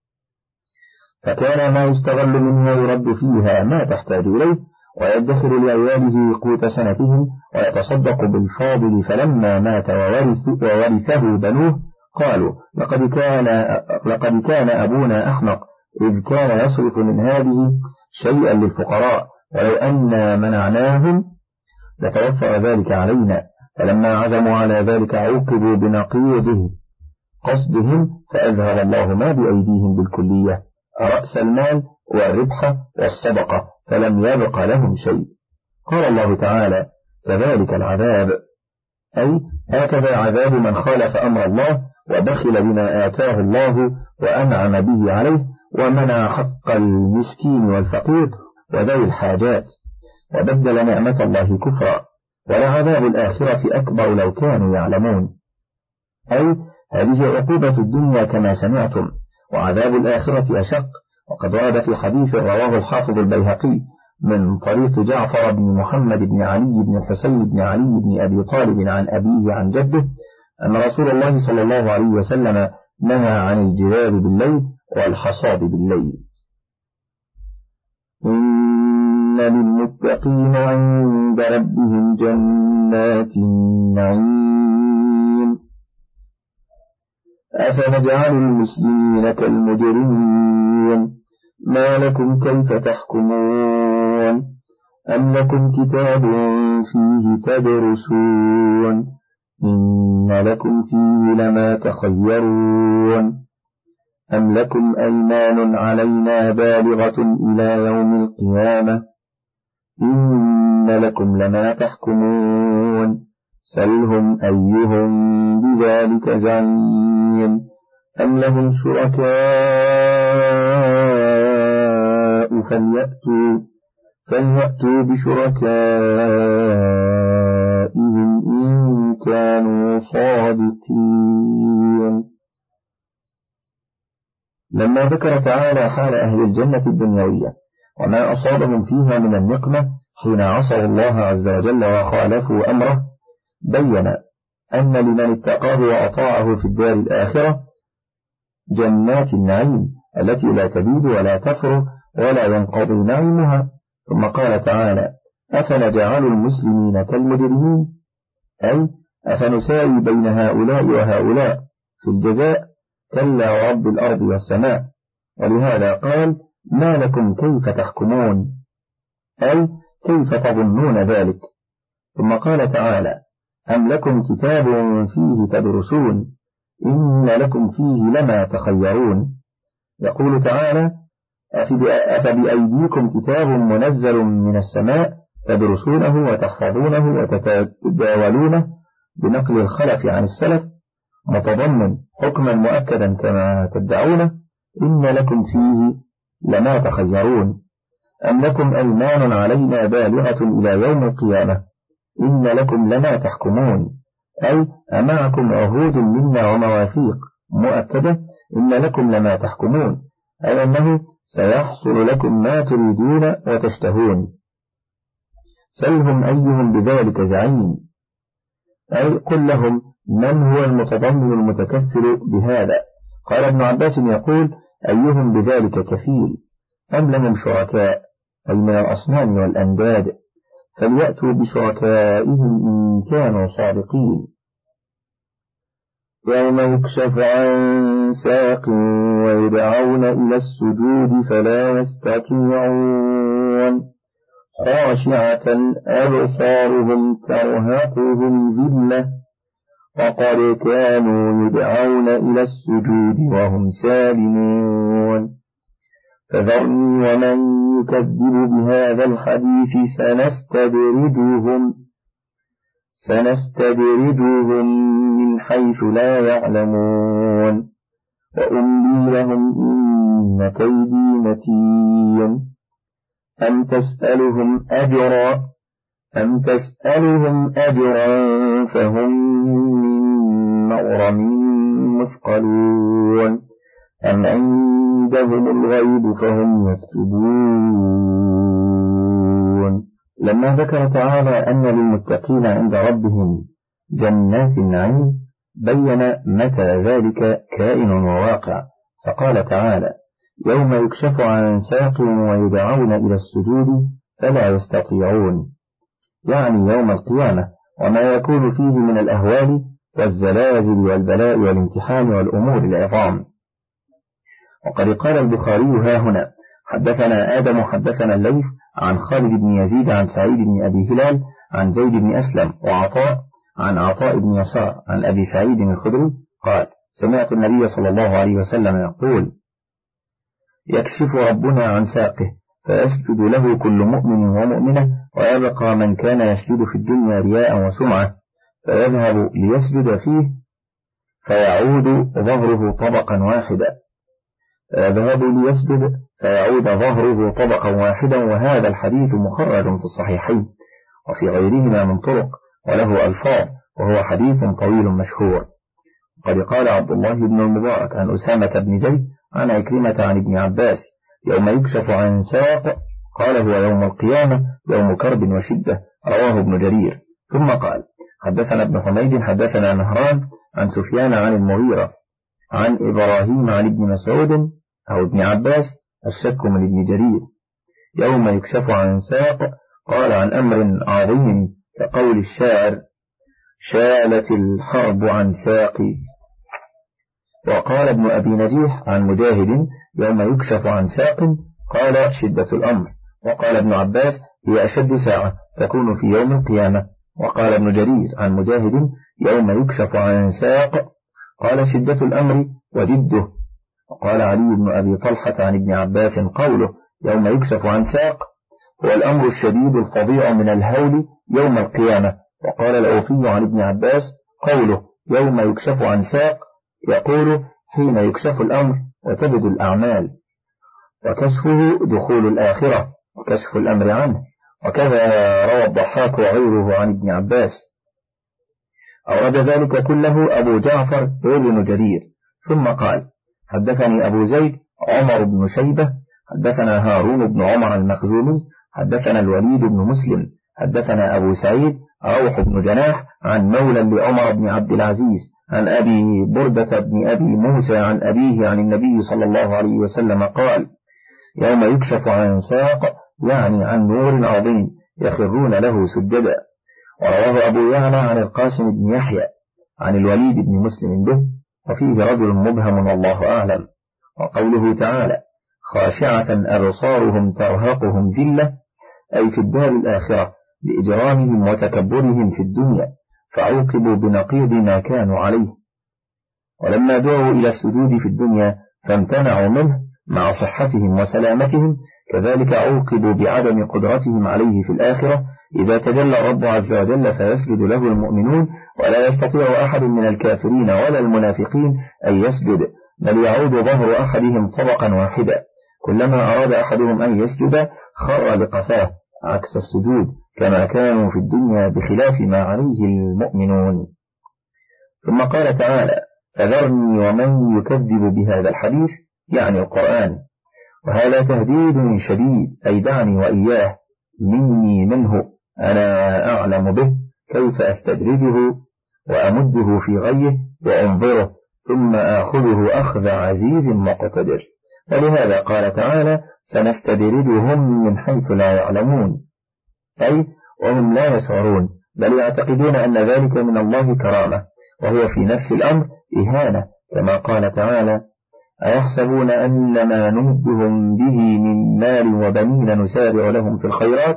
فكان ما يستغل منها يرد فيها ما تحتاج إليه ويدخر لعياله قوت سنتهم ويتصدق بالفاضل. فلما مات وورثه بنوه قالوا: لقد كان أبونا أحمق إذ كان يصرف من هذه شيئا للفقراء، ولو أن منعناهم لتوفر ذلك علينا. فلما عزموا على ذلك عوقبوا بنقيضه قصدهم، فأذهب الله ما بأيديهم بالكلية، رأس المال والربح والصدقة، فلم يبق لهم شيء. قال الله تعالى: كذلك العذاب، أي هكذا عذاب من خالف أمر الله وبخل بما آتاه الله وأنعم به عليه ومنع حق المسكين والفقير وذوي الحاجات وبدل نعمة الله كفرا. ولعذاب الآخرة أكبر لو كانوا يعلمون. أي هذه عقوبة الدنيا كما سمعتم، وعذاب الآخرة أشق. وقد ورد في حديث رواه الحافظ البيهقي من طريق جعفر بن محمد بن علي بن الحسين بن علي بن أبي طالب عن أبيه عن جده أن رسول الله صلى الله عليه وسلم نهى عن الجذاب بالليل والحصاد بالليل. إن للمتقين عند ربهم جنات النعيم أفنجعل المسلمين كالمجرمين ما لكم كيف تحكمون أم لكم كتاب فيه تدرسون إن لكم فيه لما تخيرون أم لكم أيمان علينا بالغة إلى يوم القيامة إن لكم لما تحكمون سلهم أيهم بذلك زعيم أم لهم شركاء فليأتوا بشركائهم إن كانوا صادقين. لما ذكر تعالى حال أهل الجنة الدنيوية وما أصابهم فيها من النقمة حين عصوا الله عز وجل وخالفوا أمره، بين أن لمن اتقاه وأطاعه في الدار الآخرة جنات النعيم التي لا تبيد ولا تفر ولا ينقضي نعيمها. ثم قال تعالى أفنجعل المسلمين كالمجرمين أي أفنساوي بين هؤلاء وهؤلاء في الجزاء كلا ورب الأرض والسماء. ولهذا قال ما لكم كيف تحكمون أي كيف تظنون ذلك. ثم قال تعالى أم لكم كتاب فيه تدرسون إن لكم فيه لما تخيرون. يقول تعالى أفبأيديكم كتاب منزل من السماء تدرسونه وتحفظونه وتتداولونه بنقل الخلف عن السلف متضمن حكما مؤكدا كما تدعونه إن لكم فيه لما تخيرون أم لكم أيمان علينا بالغة إلى يوم القيامة إن لكم لما تحكمون أي أمعكم عهود منا ومواثيق مؤكدة إن لكم لما تحكمون أي أنه سيحصل لكم ما تريدون وتشتهون. سلهم أيهم بذلك زعيم أي قل لهم من هو المتضمن المتكفل بهذا. قال ابن عباس يقول أيهم بذلك كفيل أم لهم شركاء أي من الأصنام والأنداد فليأتوا بشركائهم إن كانوا صادقين. يوم يكشف عن ساق ويدعون إلى السجود فلا يستطيعون خاشعة أبصارهم ترهقهم ذلة وقد كانوا يدعون إلى السجود وهم سالمون. فذرني ومن يكذب بهذا الحديث سنستدرجهم من حيث لا يعلمون وأملي لهم إن كيدي متين. أم تسألهم أجرا فهم من مغرم مثقلون أم عندهم الغيب فهم يكتبون. لما ذكر تعالى أن للمتقين عند ربهم جنات النعيم بين متى ذلك كائن وواقع فقال تعالى يوم يكشف عن ساق ويدعون إلى السجود فلا يستطيعون يعني يوم القيامة وما يكون فيه من الأهوال والزلازل والبلاء والامتحان والأمور العظام. وقد قال البخاري ها هنا حدثنا آدم حدثنا الليث عن خالد بن يزيد عن سعيد بن أبي هلال عن زيد بن أسلم وعطاء عن عطاء بن يسار عن أبي سعيد الخدري قال سمعت النبي صلى الله عليه وسلم يقول يكشف ربنا عن ساقه فيسجد له كل مؤمن ومؤمنة ويبقى من كان يسجد في الدنيا رياء وسمعة فيذهب ليسجد فيه فيعود ظهره طبقا واحدا وهذا الحديث مخرج في الصحيحين وفي غيرهما من طرق وله ألفاظ، وهو حديث طويل مشهور. قد قال عبد الله بن المبارك عن أسامة بن زيد عن عكرمة عن ابن عباس: يوم يكشف عن ساق، قال: هو يوم القيامة، يوم كرب وشدة. رواه ابن جرير. ثم قال: حدثنا ابن حميد حدثنا نهران عن سفيان عن المغيرة عن إبراهيم عن ابن مسعود أو ابن عباس، الشك من ابن جرير: يوم يكشف عن ساق، قال: عن أمر عظيم كقول الشاعر: شالت الحرب عن ساقي. وقال ابن أبي نجيح عن مجاهد: يوم يكشف عن ساق، قال: شدة الأمر. وقال ابن عباس: هي أشد ساعة تكون في يوم القيامة. وقال ابن جرير عن مجاهد: يوم يكشف عن ساق، قال: شدة الأمر وجده. وقال علي بن أبي طلحة عن ابن عباس قوله: يوم يكشف عن ساق، هو الأمر الشديد الفظيع من الهول يوم القيامة. وقال الأوفي عن ابن عباس قوله: يوم يكشف عن ساق، يقول: حين يكشف الأمر وتبدو الأعمال، وكشفه دخول الآخرة وكشف الأمر عنه. وكذا روى الضحاك وغيره عن ابن عباس. أورد ذلك كله أبو جعفر ابن جرير. ثم قال: حدثني أبو زيد عمر بن شيبة حدثنا هارون بن عمر المخزومي حدثنا الوليد بن مسلم حدثنا أبو سعيد روح بن جناح عن مولى لعمر بن عبد العزيز عن أبي بردة بن أبي موسى عن أبيه عن النبي صلى الله عليه وسلم قال: يوم يكشف عن ساق، يعني عن نور عظيم، يخرون له سجدا. ورواه أبو يعلى عن القاسم بن يحيى عن الوليد بن مسلم به، وفيه رجل مبهم والله أعلم. وقوله تعالى: خاشعة أبصارهم ترهقهم ذلة، أي في الدار الآخرة بإجرامهم وتكبرهم في الدنيا، فعوقبوا بنقيض ما كانوا عليه. ولما دعوا إلى السجود في الدنيا فامتنعوا منه مع صحتهم وسلامتهم، كذلك عوقبوا بعدم قدرتهم عليه في الآخرة إذا تجلى الرب عز وجل فيسجد له المؤمنون، ولا يستطيع أحد من الكافرين ولا المنافقين أن يسجد، بل يعود ظهر أحدهم طبقا واحدا، كلما أراد أحدهم أن يسجد خر لقفاه، عكس السجود كما كانوا في الدنيا بخلاف ما عليه المؤمنون. ثم قال تعالى: فذرني ومن يكذب بهذا الحديث، يعني القرآن. وهذا تهديد شديد، أي دعني وإياه، مني منه، أنا أعلم به، كيف أستدرجه وأمده في غيه وأنظره ثم آخذه أخذ عزيز مقتدر. ولهذا قال تعالى: سنستدرجهم من حيث لا يعلمون، أي وهم لا يشعرون، بل يعتقدون أن ذلك من الله كرامة، وهو في نفس الأمر إهانة، كما قال تعالى: أيحسبون أن ما نمدهم به من مال وبنين نسارع لهم في الخيرات،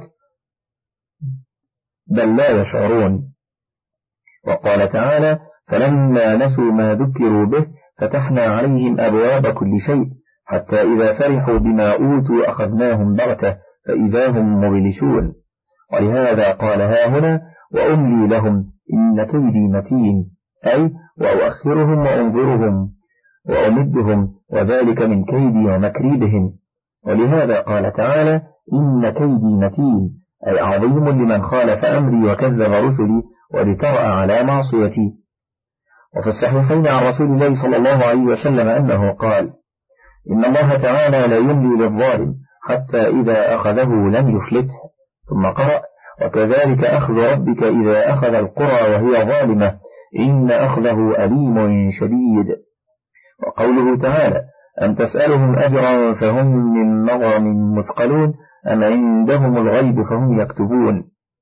بل لا يشعرون. وقال تعالى: فلما نسوا ما ذكروا به فتحنا عليهم أبواب كل شيء حتى إذا فرحوا بما أوتوا أخذناهم بغتة فإذا هم مبلسون. ولهذا قال هاهنا: وأملي لهم إن كيدي متين، أي وأؤخرهم وأنظرهم وأمدهم، وذلك من كيدي ومكري بهم. ولهذا قال تعالى: إن كيدي متين، أي عظيم لمن خالف أمري وكذب رسلي ولترأى على معصيتي. وفي الصحيحين عن رسول الله صلى الله عليه وسلم أنه قال: إن الله تعالى لا يملي للظالم حتى إذا أخذه لم يفلته. ثم قرأ: وكذلك أخذ ربك إذا أخذ القرى وهي ظالمة إن أخذه أليم شديد. وقوله تعالى: أم تسألهم أجرا فهم من مغرم مثقلون أم عندهم الغيب فهم يكتبون.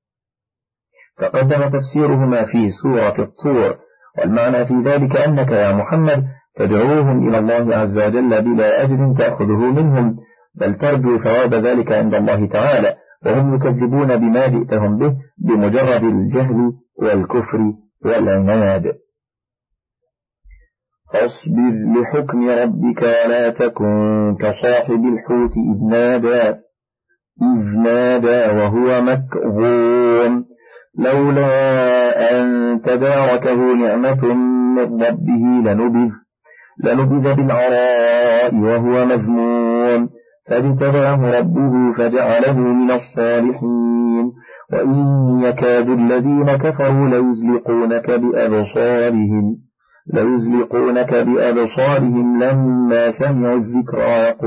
تقدم تفسيرهما في سورة الطور، والمعنى في ذلك أنك يا محمد تدعوهم إلى الله عز وجل بلا أجر تأخذه منهم، بل ترجو ثواب ذلك عند الله تعالى، وهم يكذبون بما جئتهم به بمجرد الجهل والكفر والعناد. فاصبر لحكم ربك ولا تكن كصاحب الحوت إذ نادى وهو مكظوم لولا أن تداركه نعمة من ربه لنبذ بالعراء وهو مذموم فاجتباه ربه فجعله من الصالحين وإن يكاد الذين كفروا ليزلقونك بأبصارهم لما سمعوا الذكر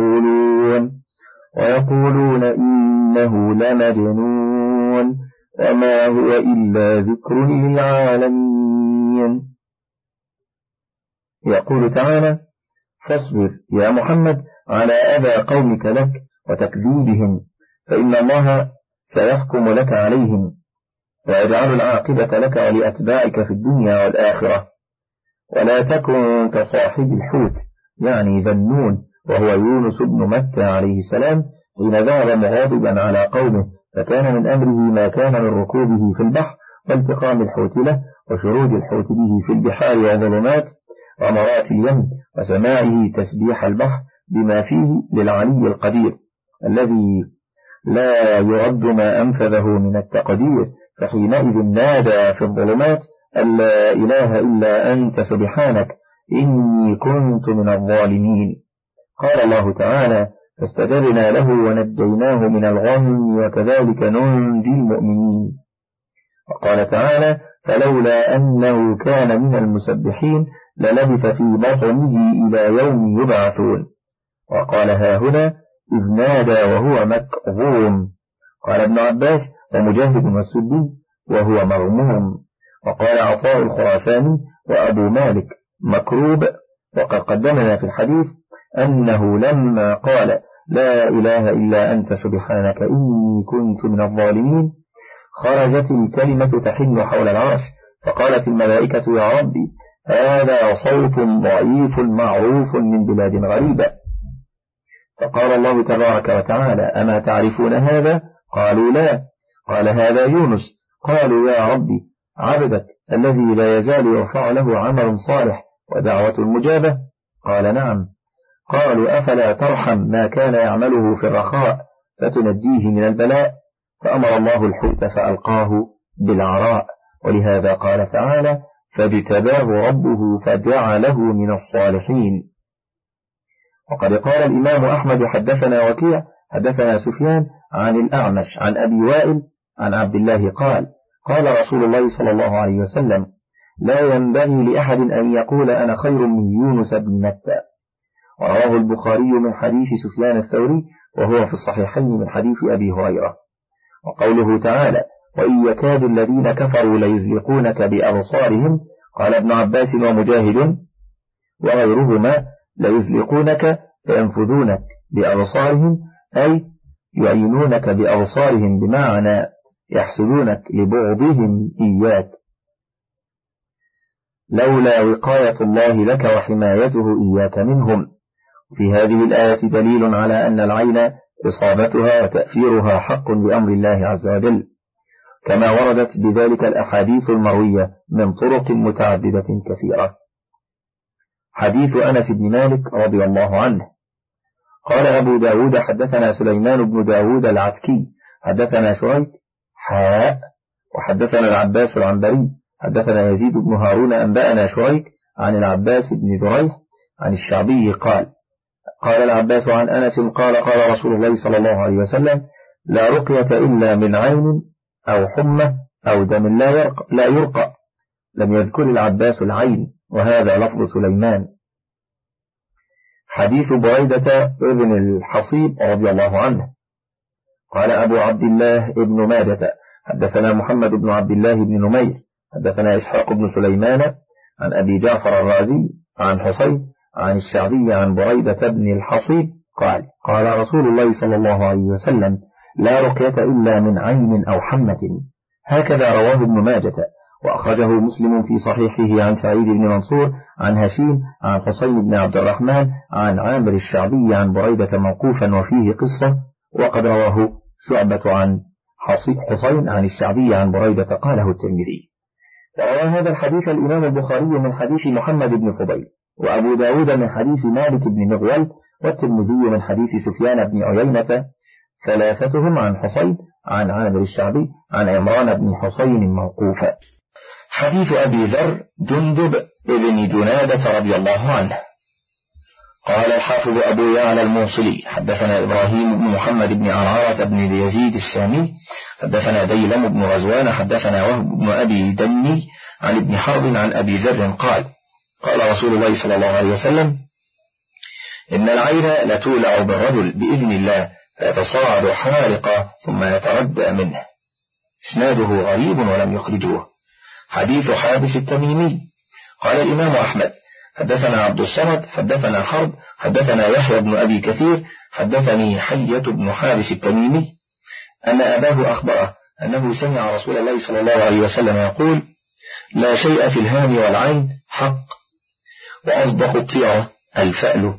ويقولون إنه لمجنون وما هو إلا ذكر للعالمين. يقول تعالى: فاصبر يا محمد على أذى قومك لك وتكذيبهم، فإن الله سيحكم لك عليهم ويجعل العاقبة لك ولأتباعك في الدنيا والآخرة. ولا تكن كصاحب الحوت يعني ذنون وهو يونس بن متى عليه السلام حين ذهب مغاضبا على قومه، فكان من أمره ما كان من ركوبه في البحر والتقام الحوت له وشروج الحوت به في البحار وظلمات ومرات اليم وسماعه تسبيح البحر بما فيه للعلي القدير الذي لا يرد ما أنفذه من التقدير، فحينئذ نادى في الظلمات: أن لا إله إلا أنت سبحانك إني كنت من الظالمين. قال الله تعالى: فاستجبنا له ونجيناه من الغم وكذلك ننجي المؤمنين. وقال تعالى: فلولا أنه كان من المسبحين للبث في بطنه إلى يوم يبعثون. وقال هاهنا: إذ نادى وهو مكظوم. قال ابن عباس ومجاهد والسدي: وهو مغموم. وقال عطاء الخراساني وأبو مالك: مكروب. وقد قدمنا في الحديث أنه لما قال: لا إله إلا أنت سبحانك إني كنت من الظالمين، خرجت الكلمة تحن حول العرش، فقالت الملائكة: يا ربي، هذا صوت ضعيف معروف من بلاد غريبة. فقال الله تبارك وتعالى: أما تعرفون هذا؟ قالوا: لا. قال: هذا يونس. قالوا: يا ربي، عبدك الذي لا يزال يرفع له عمل صالح ودعوة مجابة. قال: نعم. قالوا: أفلا ترحم ما كان يعمله في الرخاء فتنجيه من البلاء؟ فأمر الله الحوت فألقاه بالعراء، ولهذا قال تعالى: فاجتباه ربه فجعله من الصالحين. وقد قال الإمام أحمد: حدثنا وكيع حدثنا سفيان عن الأعمش عن أبي وائل عن عبد الله قال: قال رسول الله صلى الله عليه وسلم: لا ينبغي لأحد أن يقول أنا خير من يونس بن متى. ورواه البخاري من حديث سفيان الثوري وهو في الصحيحين من حديث أبي هريرة. وقوله تعالى: وإن يكاد الذين كفروا ليزلقونك بأبصارهم، قال ابن عباس ومجاهد وغيرهما: ليزلقونك فينفذونك بأبصارهم، أي يعينونك بأبصارهم، بمعنى يحسدونك لبعضهم إياك، لولا وقاية الله لك وحمايته إياك منهم. في هذه الآية دليل على أن العين إصابتها وتأثيرها حق بأمر الله عز وجل، كما وردت بذلك الأحاديث المروية من طرق متعددة كثيرة. حديث أنس بن مالك رضي الله عنه قال أبو داود: حدثنا سليمان بن داود العتكي حدثنا شريك وحدثنا العباس العنبري حدثنا يزيد بن هارون أنبأنا شريك عن العباس بن دريح عن الشعبي قال العباس عن أنس قال: قال رسول الله صلى الله عليه وسلم: لا رقية إلا من عين أو حمى أو دم لا يرقى. لم يذكر العباس العين، وهذا لفظ سليمان. حديث بريدة ابن الحصيب رضي الله عنه قال أبو عبد الله ابن ماجة: حدثنا محمد بن عبد الله بن نمير حدثنا إسحاق بن سليمان عن أبي جعفر الرازي عن حسين عن الشعبي عن بريدة بن الحصيب قال: قال رسول الله صلى الله عليه وسلم: لا رقية إلا من عين أو حمة. هكذا رواه ابن ماجة، وأخرجه مسلم في صحيحه عن سعيد بن منصور عن هشيم عن حسين بن عبد الرحمن عن عامر الشعبي عن بريدة موقوفا وفيه قصة، وقد رواه شعبة عن حسين عن الشعبي عن بريدة قاله الترمذي. وروى هذا الحديث الإمام البخاري من حديث محمد بن فضيل، وأبو داود من حديث مالك بن مغول، والترمذي من حديث سفيان بن عيينة، ثلاثتهم عن حسين عن عامر الشعبي عن عمران بن حسين موقوفا. حديث أبي ذر جندب بن جنادة رضي الله عنه. قال الحافظ أبو يعلى الموصلي حدثنا إبراهيم بن محمد بن عرعرة بن يزيد السامي حدثنا ديلم بن غزوان حدثنا وهب بن أبي دني عن ابن حرب عن أبي ذر قال قال رسول الله صلى الله عليه وسلم إن العين لتولع بالرجل بإذن الله فيتصاعد حارقا ثم يتردى منه. إسناده غريب ولم يخرجوه. حديث حابس التميمي. قال الإمام أحمد حدثنا عبد الصمد حدثنا حرب حدثنا يحيى بن أبي كثير حدثني حية بن حابس التميمي أن أباه أخبره أنه سمع رسول الله صلى الله عليه وسلم يقول لا شيء في الهام والعين حق وأصدق الطيرة الفأل.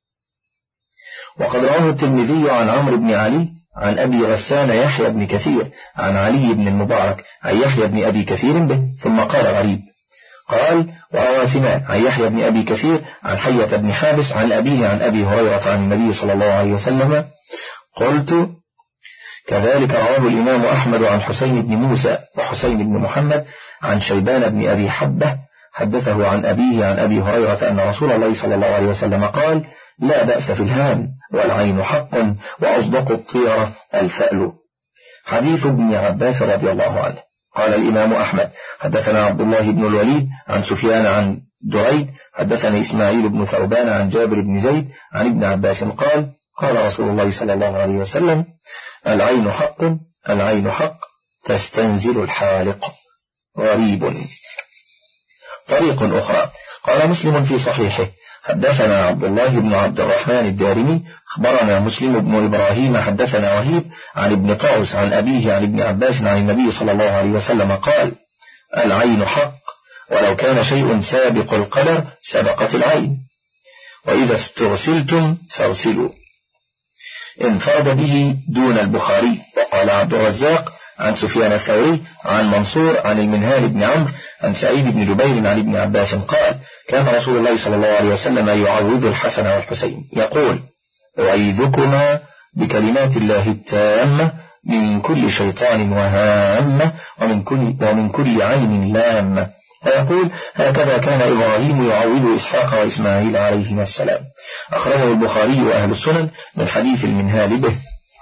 وقد رواه الترمذي عن عمرو بن علي عن أبي غسان يحيى بن كثير عن علي بن المبارك عن يحيى بن أبي كثير به ثم قال غريب. قال وروى سنان عن يحيى بن أبي كثير عن حية بن حابس عن أبيه عن أبي هريرة عن النبي صلى الله عليه وسلم قلت. كذلك رواه الإمام أحمد عن حسين بن موسى وحسين بن محمد عن شيبان بن أبي حبة حدثه عن أبيه عن أبي هريرة أن رسول الله صلى الله عليه وسلم قال لا بأس في الهام والعين حق وأصدق الطيرة الفأل. حديث ابن عباس رضي الله عنه. قال الإمام أحمد حدثنا عبد الله بن الوليد عن سفيان عن دريد حدثني إسماعيل بن ثوبان عن جابر بن زيد عن ابن عباس قال قال رسول الله صلى الله عليه وسلم العين حق العين حق تستنزل الحالق. غريب. طريق أخرى. قال مسلم في صحيحه حدثنا عبد الله بن عبد الرحمن الدارمي أخبرنا مسلم بن إبراهيم حدثنا وهيب عن ابن طاووس عن أبيه عن ابن عباس عن النبي صلى الله عليه وسلم قال العين حق ولو كان شيء سابق القدر سبقت العين وإذا استغسلتم فاغسلوا. انفرد به دون البخاري. وقال عبد الرزاق عن سفيان الثوري عن منصور عن المنهال بن عمرو عن سعيد بن جبير عن ابن عباس قال كان رسول الله صلى الله عليه وسلم يعوذ الحسن والحسين يقول أعيذكما بكلمات الله التامة من كل شيطان وهامة ومن كل عين لامة. ويقول هكذا كان إبراهيم يعوذ إسحاق وإسماعيل عليهما السلام. أخرجه البخاري وأهل السنن من حديث المنهال به.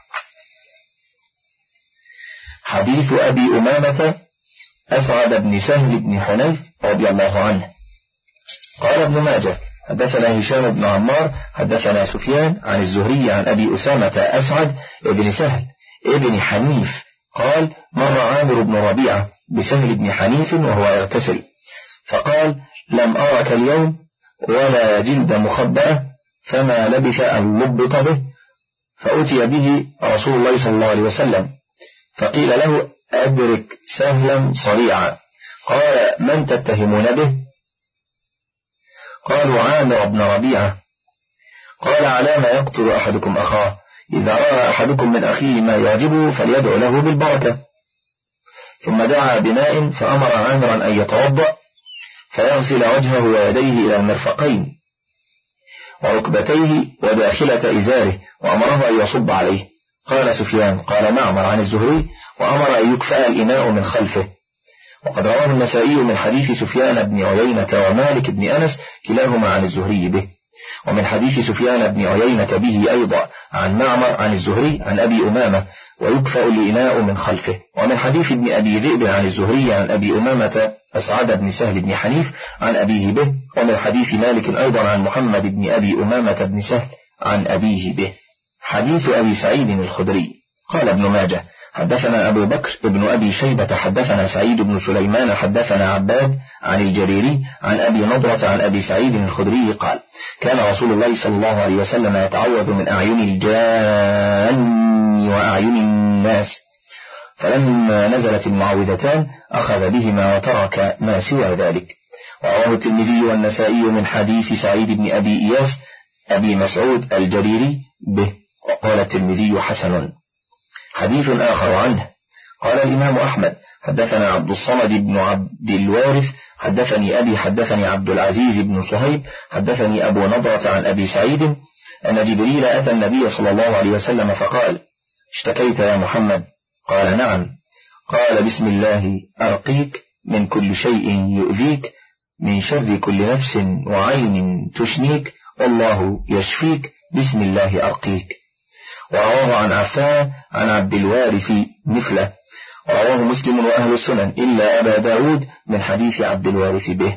حديث أبي أمامة أسعد بن سهل بن حنيف رضي الله عنه. قال ابن ماجه حدثنا هشام بن عمار حدثنا سفيان عن الزهري عن أبي أسامة أسعد بن سهل ابن حنيف قال مر عامر بن ربيعة بسهل بن حنيف وهو يغتسل فقال لم أرك اليوم ولا جلد مخبأة فما لبث أن لبط به فأتي به رسول الله صلى الله عليه وسلم فقيل له أدرك سهلا صريعا. قال من تتهمون به؟ قالوا عامر بن ربيعة. قال على ما يقتل أحدكم أخاه إذا رأى أحدكم من أخيه ما يعجبه فليدعو له بالبركة. ثم دعا بماء فأمر عامرا أن يتوضأ فيغسل وجهه ويديه إلى المرفقين وركبتيه وداخلة إزاره وأمره أن يصب عليه. قال سفيان قال معمر عن الزهري وأمر أن يكفأ الإناء من خلفه. وقد رواه النسائي من حديث سفيان بن عيينة ومالك بن أنس كلاهما عن الزهري به. ومن حديث سفيان بن عيينة به أيضا عن معمر عن الزهري عن أبي أمامة ويكفأ الإناء من خلفه. ومن حديث ابن أبي ذئب عن الزهري عن أبي أمامة أسعد بن سهل بن حنيف عن أبيه به. ومن حديث مالك أيضا عن محمد بن أبي أمامة بن سهل عن أبيه به. حديث أبي سعيد الخدري. قال ابن ماجه حدثنا أبو بكر ابن أبي شيبة حدثنا سعيد بن سليمان حدثنا عباد عن الجريري عن أبي نضرة عن أبي سعيد الخدري قال كان رسول الله صلى الله عليه وسلم يتعوذ من أعين الجان وأعين الناس فلما نزلت المعوذتان أخذ بهما وترك ما سوى ذلك. ورواه الترمذي والنسائي من حديث سعيد بن أبي إياس أبي مسعود الجريري به. وقال الترمذي حسن. حديث آخر عنه. قال الإمام أحمد حدثنا عبد الصمد بن عبد الوارث حدثني أبي حدثني عبد العزيز بن صهيب حدثني أبو نضرة عن أبي سعيد أن جبريل أتى النبي صلى الله عليه وسلم فقال اشتكيت يا محمد؟ قال نعم. قال بسم الله أرقيك من كل شيء يؤذيك، من شر كل نفس وعين تشنيك، والله يشفيك، بسم الله أرقيك. ورواه عن عفان عن عبد الوارث مثله، ورواه مسلم وأهل السنن إلا أبا داود من حديث عبد الوارث به.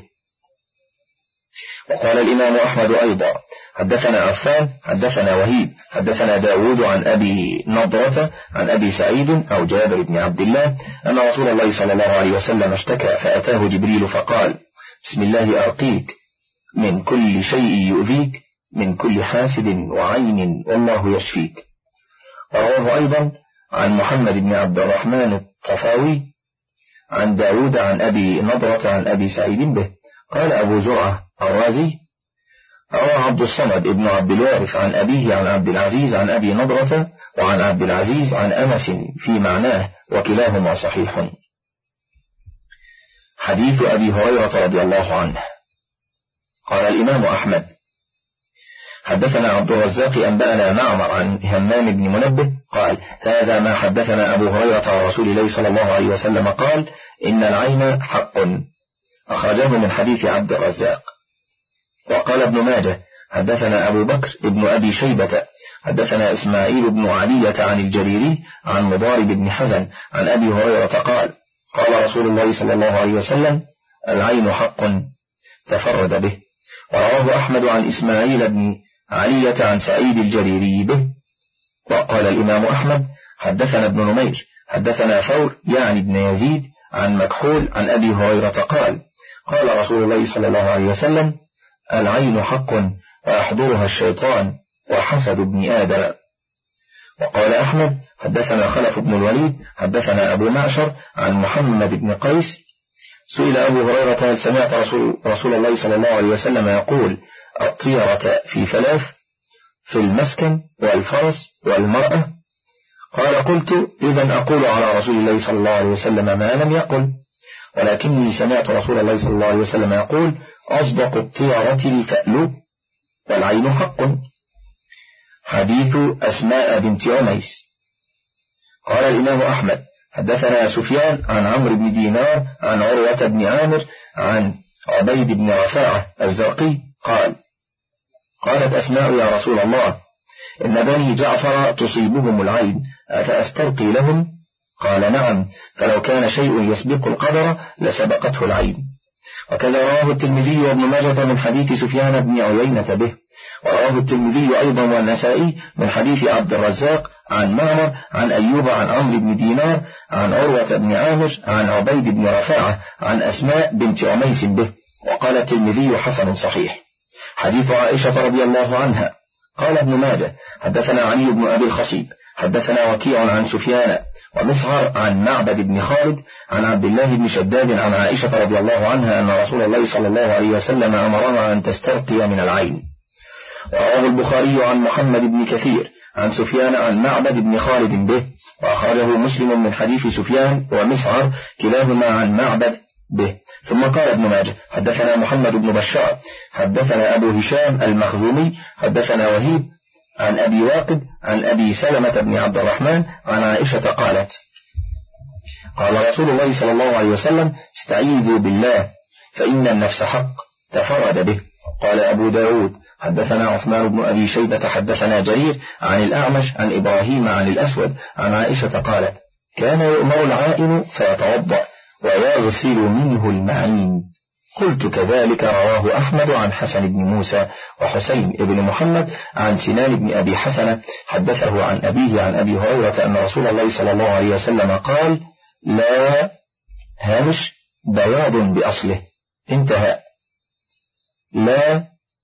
وقال الإمام أحمد أيضا حدثنا عفان حدثنا وهيب حدثنا داود عن أبي نضرة عن أبي سعيد أو جابر بن عبد الله أن رسول الله صلى الله عليه وسلم اشتكى فأتاه جبريل فقال بسم الله أرقيك من كل شيء يؤذيك، من كل حاسد وعين، والله يشفيك. ورواه أيضا عن محمد بن عبد الرحمن الطفاوي عن داود عن أبي نضرة عن أبي سعيد به. قال أبو زرعة الرازي روى عبد الصمد ابن عبد الوارث عن أبيه عن عبد العزيز عن أبي نضرة وعن عبد العزيز عن أنس في معناه، وكلاهما صحيح. حديث أبي هريرة رضي الله عنه. قال الإمام أحمد حدثنا عبد الرزاق أنبأنا معمر عن همام بن منبه قال هذا ما حدثنا أبو هريرة عن رسول الله صلى الله عليه وسلم قال إن العين حق، أخرجه من حديث عبد الرزاق. وقال ابن ماجه حدثنا أبو بكر ابن أبي شيبة حدثنا إسماعيل بن علية عن الجريري عن مضارب بن حزن عن أبي هريرة قال قال رسول الله صلى الله عليه وسلم العين حق تفرد به. ورواه أحمد عن إسماعيل بن علية عن سعيد الجريري به. وقال الإمام أحمد حدثنا ابن نمير حدثنا ثور يعني ابن يزيد عن مكحول عن أبي هريرة قال قال رسول الله صلى الله عليه وسلم العين حق ويحضرها الشيطان وحسد ابن آدم. وقال أحمد حدثنا خلف بن الوليد حدثنا أبو معشر عن محمد بن قيس سئل أبو هريرة هل سمعت رسول الله صلى الله عليه وسلم يقول الطيرة في ثلاث، في المسكن والفرس والمرأة؟ قال قلت إذن أقول على رسول الله صلى الله عليه وسلم ما لم يقل، ولكني سمعت رسول الله صلى الله عليه وسلم يقول أصدق الطيرة الفأل والعين حق. حديث أسماء بنت عميس. قال الإمام أحمد حدثنا سفيان عن عمرو بن دينار عن عروة بن عامر عن عبيد بن رفاعة الزرقي قال قالت أسماء يا رسول الله إن بني جعفر تصيبهم العين أفأسترقي لهم؟ قال نعم، فلو كان شيء يسبق القدر لسبقته العين. وكذا رواه الترمذي وابن ماجه من حديث سفيان بن عيينة به. ورواه الترمذي أيضا والنسائي من حديث عبد الرزاق عن معمر عن أيوب عن عمرو بن دينار عن عروة بن عامر عن عبيد بن رفاعة عن أسماء بنت عميس به. وقال الترمذي حسن صحيح. حديث عائشة رضي الله عنها. قال ابن ماجه حدثنا علي بن أبي الخصيب حدثنا وكيع عن سفيان ومسعر عن معبد بن خالد عن عبد الله بن شداد عن عائشة رضي الله عنها أن رسول الله صلى الله عليه وسلم أمرنا أن تسترقي من العين. ورواه البخاري عن محمد بن كثير عن سفيان عن معبد بن خالد به. وأخرجه مسلم من حديث سفيان ومسعر كلاهما عن معبد به. ثم قال ابن ماجه حدثنا محمد بن بشار حدثنا أبو هشام المخزومي حدثنا وهيب عن أبي واقد عن أبي سلمة بن عبد الرحمن عن عائشة قالت قال رسول الله صلى الله عليه وسلم استعيذوا بالله فإن النفس حق تفرد به. قال أبو داود حدثنا عثمان بن أبي شيبة حدثنا جرير عن الأعمش عن إبراهيم عن الأسود عن عائشة قالت كان يؤمر العائن فيتوضأ ويغسل منه المعين. قلت كذلك رواه أحمد عن حسن بن موسى وحسين بن محمد عن سنان بن أبي حسنة حدثه عن أبيه عن أبي هريرة أن رسول الله صلى الله عليه وسلم قال لا هامش بياض بأصله انتهى لا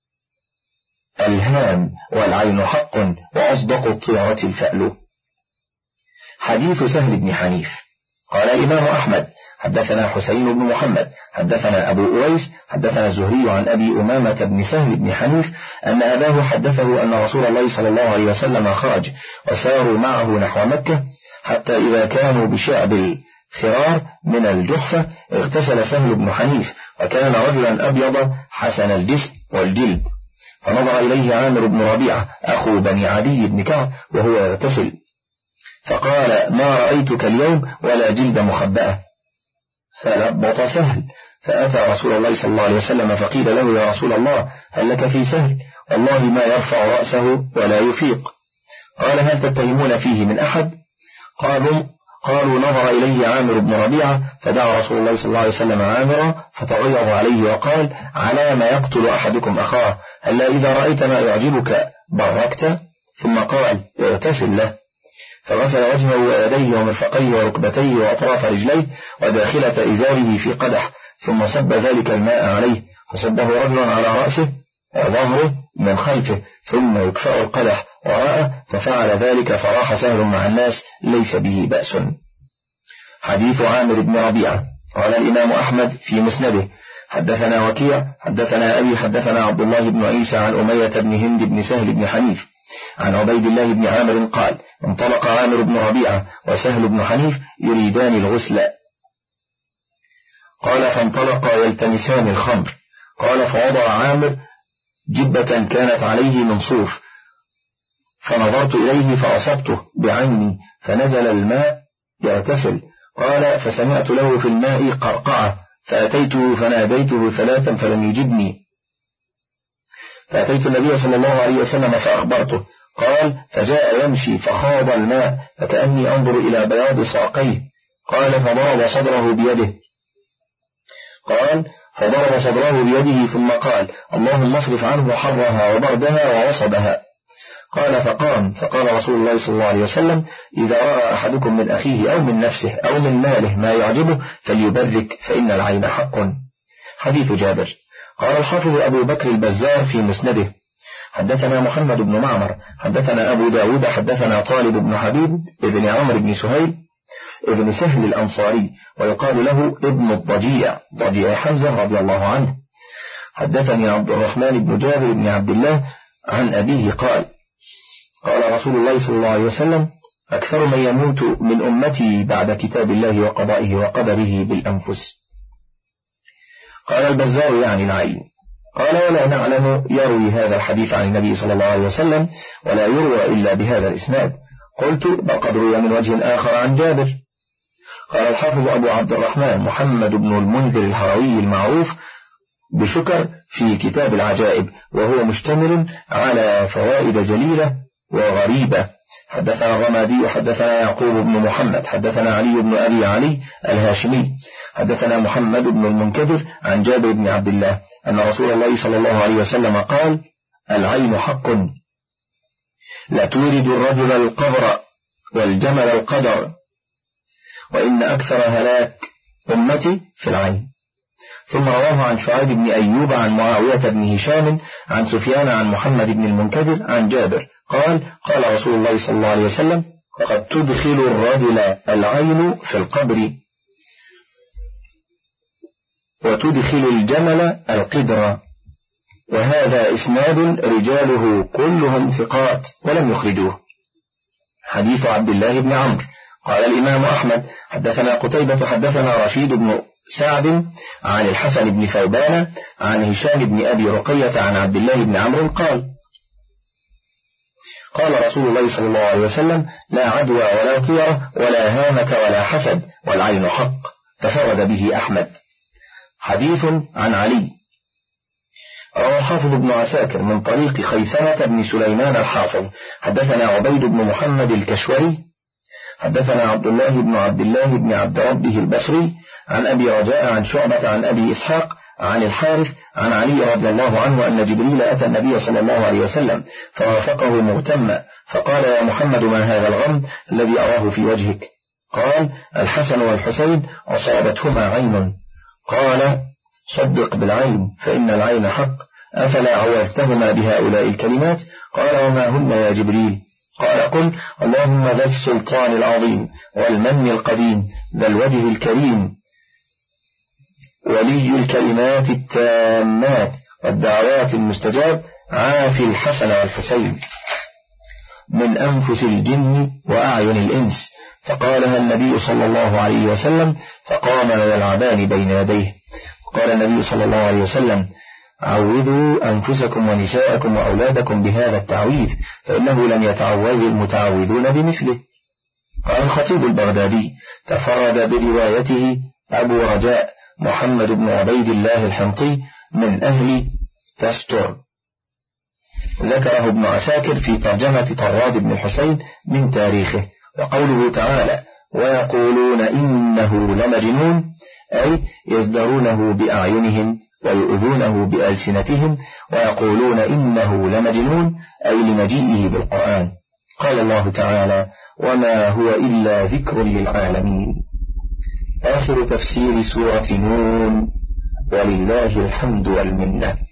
الهام والعين حق وأصدق الطيرة الفأل. حديث سهل بن حنيف. قال الإمام أحمد حدثنا حسين بن محمد حدثنا أبو أويس حدثنا الزهري عن أبي أمامة بن سهل بن حنيف أن أباه حدثه أن رسول الله صلى الله عليه وسلم خرج وساروا معه نحو مكة حتى إذا كانوا بشعب الخرار من الجحفة اغتسل سهل بن حنيف وكان رجلا أبيض حسن الجسم والجلد، فنظر إليه عامر بن ربيعة أخو بني عدي بن كعب وهو يغتسل فقال ما رأيتك اليوم ولا جلد مخبأة. فلبط سهل، فأتى رسول الله صلى الله عليه وسلم فقيل له يا رسول الله هل لك في سهل؟ والله ما يرفع رأسه ولا يفيق. قال هل تتهمون فيه من أحد؟ قالوا نظر إليه عامر بن ربيعة، فدعا رسول الله صلى الله عليه وسلم عامرا فتغيظ عليه وقال على ما يقتل أحدكم أخاه؟ هلا إذا رأيت ما يعجبك بركت؟ ثم قال اغتسل له، فغسل وجهه ويديه ومرفقيه وركبتيه وأطراف رجليه وداخلة إزاره في قدح، ثم صب ذلك الماء عليه، فصبه رجل على رأسه وظهره من خلفه، ثم يكفأ القدح وراءه، ففعل ذلك فراح سهل مع الناس ليس به بأس. حديث عامر بن ربيعة. قال الإمام أحمد في مسنده حدثنا وكيع حدثنا أبي حدثنا عبد الله بن عيسى عن أمية بن هند بن سهل بن حنيف عن عبيد الله بن عامر قال انطلق عامر بن ربيعة وسهل بن حنيف يريدان الغسل. قال فانطلقا يلتمسان الخمر. قال فوضع عامر جبة كانت عليه من صوف، فنظرت إليه فأصبته بعيني فنزل الماء يغتسل. قال فسمعت له في الماء قرقعة، فأتيته فناديته ثلاثا فلم يجبني، فأتيت النبي صلى الله عليه وسلم فأخبرته. قال فجاء يمشي فخاض الماء فكأني أنظر إلى بياض ساقيه. قال فضرب صدره بيده ثم قال اللهم اصرف عنه حرها وبردها ووصبها. قال فقام، فقال رسول الله صلى الله عليه وسلم إذا رأى أحدكم من أخيه أو من نفسه أو من ماله ما يعجبه فليبرك فإن العين حق. حديث جابر. قال الحافظ أبو بكر البزار في مسنده حدثنا محمد بن معمر حدثنا أبو داود حدثنا طالب بن حبيب ابن عمرو بن سهيل ابن سهل الأنصاري ويقال له ابن الضجيع ضجيع حمزة رضي الله عنه. حدثني عبد الرحمن بن جابر بن عبد الله عن أبيه قال قال رسول الله صلى الله عليه وسلم أكثر من يموت من أمتي بعد كتاب الله وقضائه وقدره بالأنفس. قال البزار يعني العين. قال ولا نعلم يروي هذا الحديث عن النبي صلى الله عليه وسلم ولا يروى إلا بهذا الإسناد. قلت وقد روي من وجه آخر عن جابر. قال الحافظ أبو عبد الرحمن محمد بن المنذر الهروي المعروف بشكر في كتاب العجائب، وهو مشتمل على فوائد جليلة وغريبة. حدثنا الرمادي حدثنا يعقوب بن محمد حدثنا علي بن أبي علي الهاشمي حدثنا محمد بن المنكدر عن جابر بن عبد الله أن رسول الله صلى الله عليه وسلم قال العين حق، لا تورد الرجل القبر والجمل القدر، وإن أكثر هلاك أمتي في العين. ثم رواه عن شعيب بن أيوب عن معاوية بن هشام عن سفيان عن محمد بن المنكدر عن جابر قال قال رسول الله صلى الله عليه وسلم وقد تدخل الرجل العين في القبر وتدخل الجمل القدر. وهذا إسناد رجاله كلهم ثقات ولم يخرجوه. حديث عبد الله بن عمرو. قال الإمام أحمد حدثنا قتيبة حدثنا رشيد بن سعد عن الحسن بن ثوبان عن هشام بن أبي رقية عن عبد الله بن عمرو قال رسول الله صلى الله عليه وسلم لا عدوى ولا طيرة ولا هامة ولا حسد والعين حق. تفرد به أحمد. حديث عن علي. روى الحافظ بن عساكر من طريق خيثمة بن سليمان الحافظ حدثنا عبيد بن محمد الكشوري حدثنا عبد الله بن عبد ربه البصري عن أبي رجاء عن شعبة عن أبي إسحاق عن الحارث عن علي رضي الله عنه أن جبريل أتى النبي صلى الله عليه وسلم فرافقه مغتما فقال يا محمد ما هذا الغم الذي أراه في وجهك؟ قال الحسن والحسين أصابتهما عين. قال صدق بالعين فإن العين حق، أفلا عوزتهما بهؤلاء الكلمات؟ قال وما هن يا جبريل؟ قال قل اللهم ذا السلطان العظيم والمن القديم ذا الوجه الكريم ولي الكلمات التامات والدعوات المستجاب عافي الحسن والحسين من أنفس الجن وأعين الإنس. فقالها النبي صلى الله عليه وسلم فقام يلعبان بين يديه. قال النبي صلى الله عليه وسلم عوذوا أنفسكم ونساءكم وأولادكم بهذا التعويذ فإنه لم يتعوذ المتعوذون بمثله. قال الخطيب البغدادي: تفرد بروايته أبو رجاء محمد بن عبيد الله الحمطي من أهل تستر. ذكره ابن عساكر في ترجمة طراد بن الحسين من تاريخه. وقوله تعالى: ويقولون إنه لمجنون، أي يزدرونه بأعينهم ويؤذونه بألسنتهم، ويقولون إنه لمجنون أي لمجيئه بالقرآن. قال الله تعالى: وما هو إلا ذكر للعالمين. آخر تفسير سورة نون، ولله الحمد والمنة.